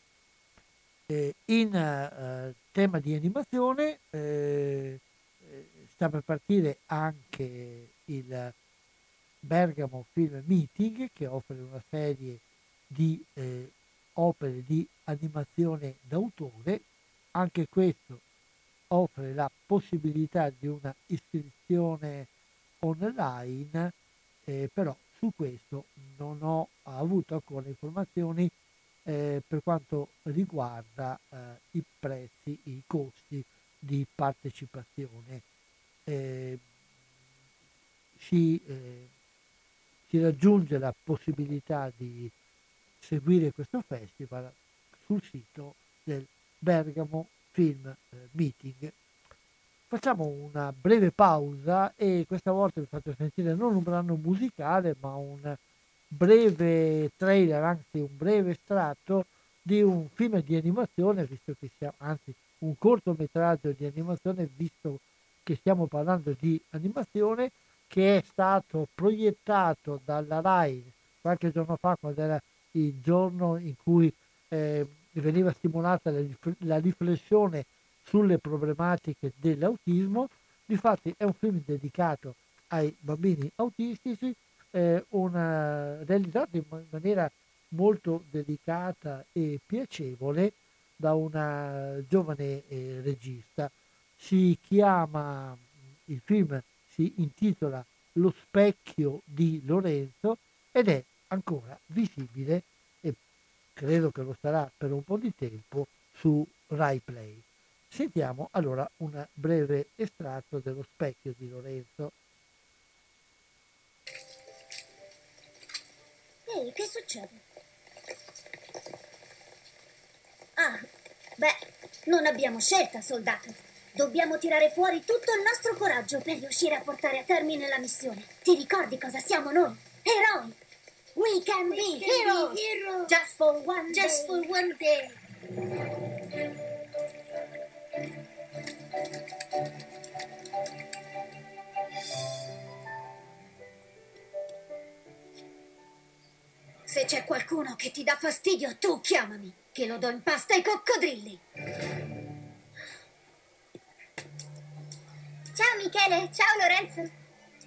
Eh, in eh, tema di animazione eh, sta per partire anche il Bergamo Film Meeting, che offre una serie di eh, opere di animazione d'autore. Anche questo offre la possibilità di una iscrizione online, eh, però su questo non ho avuto ancora informazioni eh, per quanto riguarda eh, i prezzi, i costi di partecipazione. Eh, si, eh, si raggiunge la possibilità di seguire questo festival sul sito del Bergamo Film eh, Meeting. Facciamo una breve pausa e questa volta vi faccio sentire non un brano musicale, ma un breve trailer, anzi un breve estratto di un film di animazione, visto che siamo, anzi un cortometraggio di animazione, visto che stiamo parlando di animazione, che è stato proiettato dalla RAI qualche giorno fa, quando era il giorno in cui eh, veniva stimolata la, la riflessione sulle problematiche dell'autismo. Difatti è un film dedicato ai bambini autistici, eh, una, realizzato in maniera molto delicata e piacevole da una giovane eh, regista. Si chiama, il film si intitola Lo specchio di Lorenzo ed è ancora visibile, e credo che lo sarà per un po' di tempo, su Rai Play. Sentiamo allora un breve estratto dello specchio di Lorenzo. Ehi, che succede? Ah, beh, non abbiamo scelta, soldato. Dobbiamo tirare fuori tutto il nostro coraggio per riuscire a portare a termine la missione. Ti ricordi cosa siamo noi? Eroi! We can We be can heroes! Be heroes. Just for one Just day! for one day! Se c'è qualcuno che ti dà fastidio, tu chiamami, che lo do in pasta ai coccodrilli. Ciao Michele, ciao Lorenzo.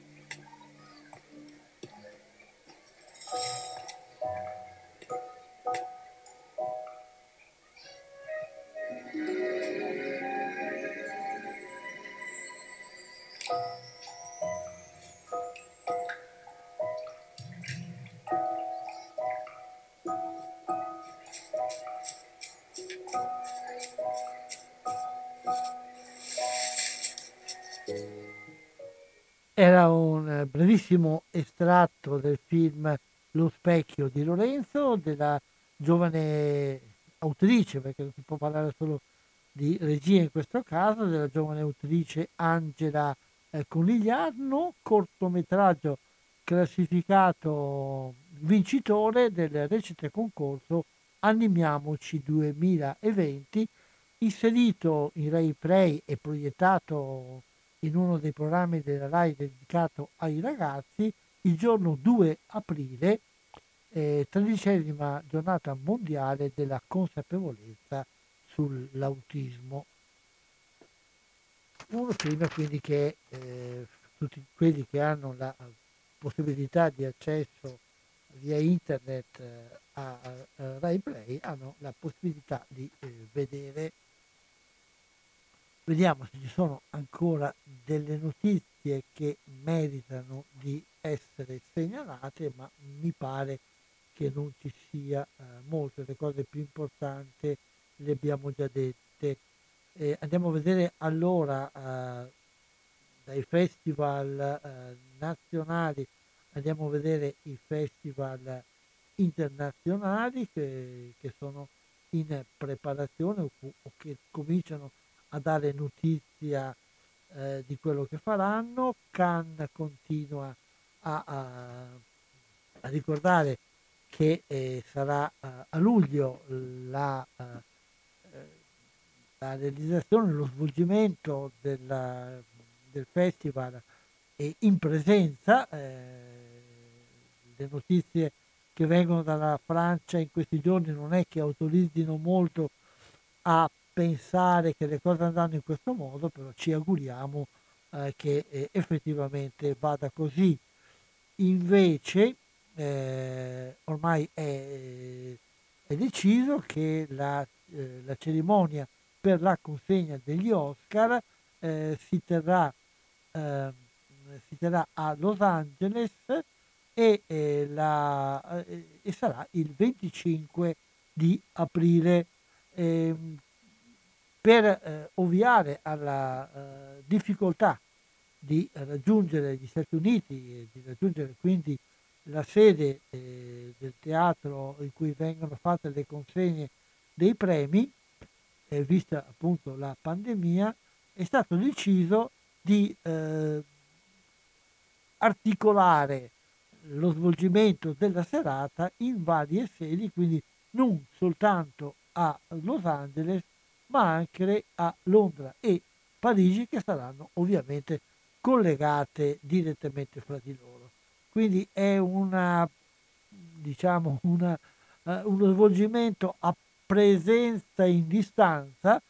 Era un brevissimo estratto del film Lo specchio di Lorenzo, della giovane autrice, perché non si può parlare solo di regia in questo caso, della giovane autrice Angela eh, Conigliano, cortometraggio classificato vincitore del recente concorso Animiamoci duemilaventi, inserito in Rai Play e proiettato in uno dei programmi della Rai dedicato ai ragazzi il giorno due aprile, eh, tredicesima giornata mondiale della consapevolezza sull'autismo. Uno film quindi che eh, tutti quelli che hanno la possibilità di accesso via internet eh, a, a Rai Play hanno la possibilità di eh, vedere. Vediamo se ci sono ancora delle notizie che meritano di essere segnalate, ma mi pare che non ci sia eh, molto. Le cose più importanti le abbiamo già dette. Eh, andiamo a vedere allora eh, dai festival eh, nazionali, andiamo a vedere i festival internazionali che, che sono in preparazione o, o che cominciano a dare notizia eh, di quello che faranno. Cannes continua a, a, a ricordare che eh, sarà uh, a luglio la, uh, la realizzazione, lo svolgimento della, del festival e in presenza. Eh, le notizie che vengono dalla Francia in questi giorni non è che autorizzino molto a pensare che le cose andranno in questo modo, però ci auguriamo eh, che eh, effettivamente vada così. Invece eh, ormai è, è deciso che la, eh, la cerimonia per la consegna degli Oscar eh, si, terrà, eh, si terrà a Los Angeles e, eh, la, eh, e sarà il venticinque di aprile. Eh, per eh, ovviare alla eh, difficoltà di raggiungere gli Stati Uniti e di raggiungere quindi la sede eh, del teatro in cui vengono fatte le consegne dei premi, eh, vista appunto la pandemia, è stato deciso di eh, articolare lo svolgimento della serata in varie sedi, quindi non soltanto a Los Angeles, ma anche a Londra e Parigi, che saranno ovviamente collegate direttamente fra di loro. Quindi è una, diciamo, una, uh, uno svolgimento a presenza in distanza,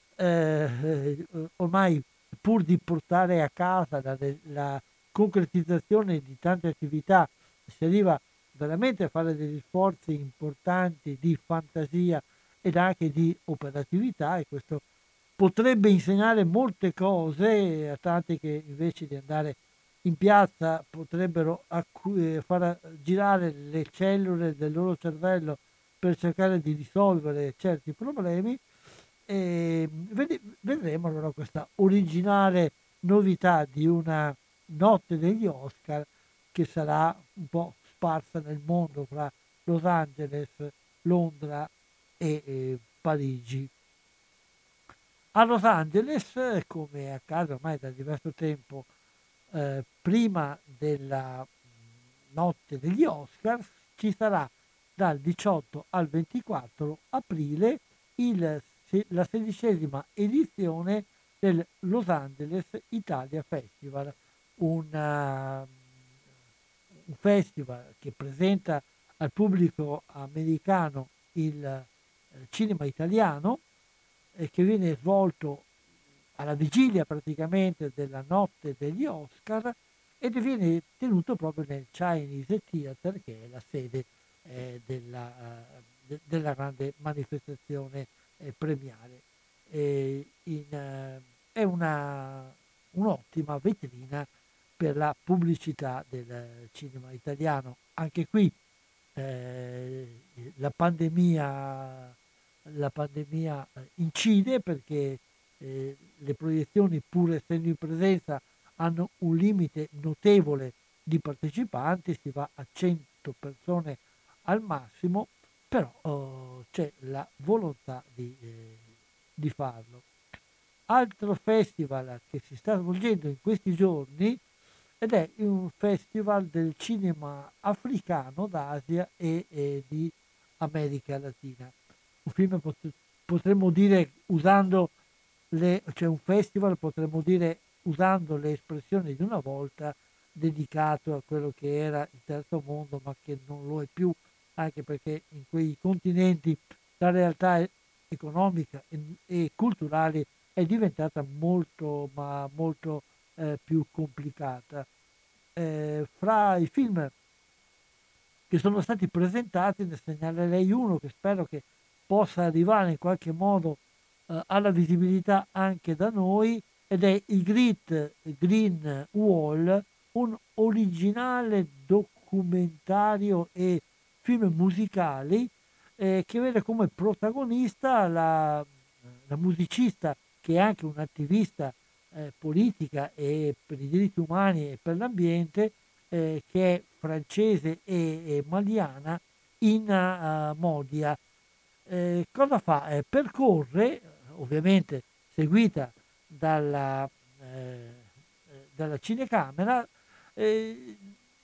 eh, ormai pur di portare a casa la, la concretizzazione di tante attività, si arriva veramente a fare degli sforzi importanti di fantasia ed anche di operatività, e questo potrebbe insegnare molte cose a tanti che invece di andare in piazza potrebbero accu- far girare le cellule del loro cervello per cercare di risolvere certi problemi. E ved- vedremo allora questa originale novità di una notte degli Oscar che sarà un po' sparsa nel mondo fra Los Angeles, Londra e eh, Parigi. A Los Angeles, come accade ormai da diverso tempo, eh, prima della notte degli Oscar, ci sarà dal diciotto al ventiquattro aprile il, la sedicesima edizione del Los Angeles Italia Festival, una, un festival che presenta al pubblico americano il eh, cinema italiano, eh, che viene svolto alla vigilia praticamente della notte degli Oscar ed viene tenuto proprio nel Chinese Theater, che è la sede eh, della, uh, de- della grande manifestazione eh, premiale. E in, uh, è una, un'ottima vetrina per la pubblicità del cinema italiano. Anche qui eh, la pandemia, la pandemia incide, perché eh, le proiezioni, pur essendo in presenza, hanno un limite notevole di partecipanti, si va a cento persone al massimo, però oh, c'è la volontà di, eh, di farlo. Altro festival che si sta svolgendo in questi giorni ed è un festival del cinema africano d'Asia e, e di America Latina. Un film pot- potremmo dire usando le, cioè un festival potremmo dire usando le espressioni di una volta dedicato a quello che era il terzo mondo, ma che non lo è più, anche perché in quei continenti la realtà economica e, e culturale è diventata molto, ma molto eh, più complicata. Eh, fra i film che sono stati presentati ne segnalerei uno che spero che possa arrivare in qualche modo eh, alla visibilità anche da noi, ed è il Great Green Wall, un originale documentario e film musicali eh, che vede come protagonista la, la musicista che è anche un'attivista eh, politica e per i diritti umani e per l'ambiente, eh, che è francese e, e maliana, Inna uh, Modia. Eh, cosa fa? Eh, percorre, ovviamente seguita dalla, eh, dalla cinecamera, eh,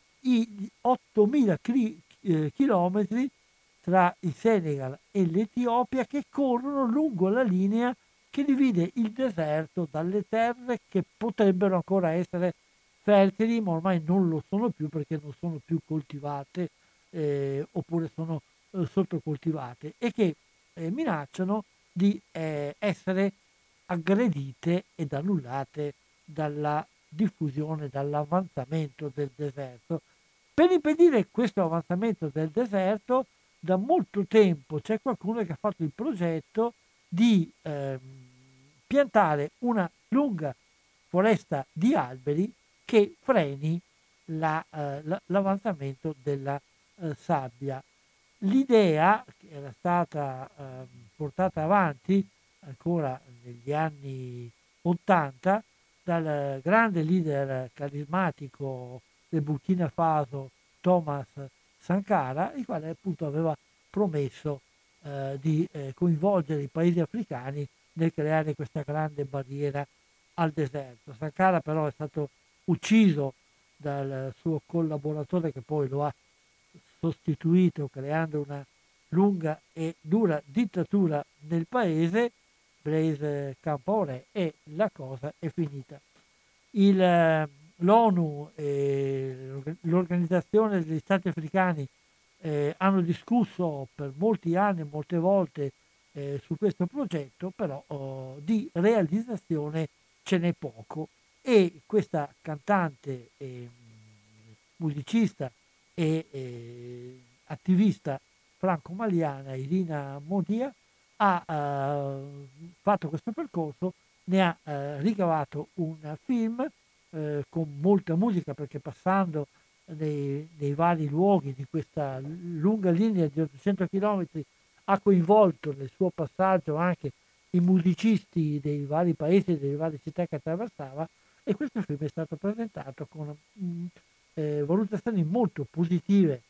i ottomila cri- eh, chilometri tra il Senegal e l'Etiopia che corrono lungo la linea che divide il deserto dalle terre che potrebbero ancora essere fertili, ma ormai non lo sono più perché non sono più coltivate eh, oppure sono eh, sottocoltivate e che eh, minacciano di eh, essere aggredite ed annullate dalla diffusione, dall'avanzamento del deserto. Per impedire questo avanzamento del deserto, da molto tempo c'è qualcuno che ha fatto il progetto di ehm, piantare una lunga foresta di alberi che freni la, eh, la, l'avanzamento della eh, sabbia. L'idea che era stata eh, portata avanti ancora negli anni ottanta dal grande leader carismatico del Burkina Faso, Thomas Sankara, il quale appunto aveva promesso eh, di eh, coinvolgere i paesi africani nel creare questa grande barriera al deserto. Sankara però è stato ucciso dal suo collaboratore che poi lo ha sostituito creando una lunga e dura dittatura nel paese, Blaise Compaoré, e la cosa è finita. Il, l'ONU e l'Organizzazione degli Stati Africani eh, hanno discusso per molti anni, molte volte eh, su questo progetto, però oh, di realizzazione ce n'è poco, e questa cantante e musicista e eh, attivista franco-maliana Irina Modia ha eh, fatto questo percorso, ne ha eh, ricavato un film eh, con molta musica, perché passando nei, nei vari luoghi di questa lunga linea di ottocento chilometri ha coinvolto nel suo passaggio anche i musicisti dei vari paesi e delle varie città che attraversava, e questo film è stato presentato con mh, eh, valutazioni molto positive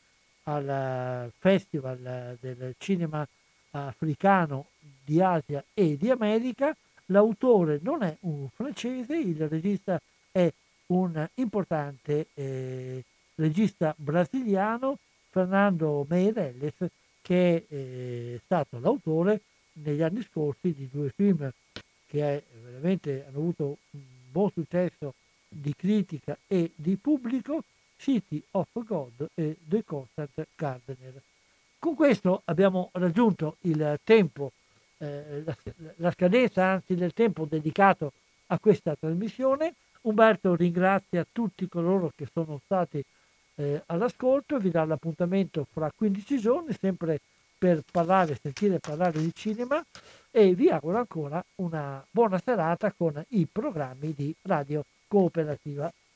al Festival del Cinema Africano di Asia e di America. L'autore non è un francese, il regista è un importante eh, regista brasiliano, Fernando Meirelles, che è eh, stato l'autore negli anni scorsi di due film che è, veramente hanno avuto un buon successo di critica e di pubblico, City of God e The Constant Gardener. Con questo abbiamo raggiunto il tempo, eh, la, la scadenza anzi del tempo dedicato a questa trasmissione. Umberto ringrazia tutti coloro che sono stati eh, all'ascolto e vi dà l'appuntamento fra quindici giorni, sempre per parlare, sentire parlare di cinema, e vi auguro ancora una buona serata con i programmi di Radio Cooperativa.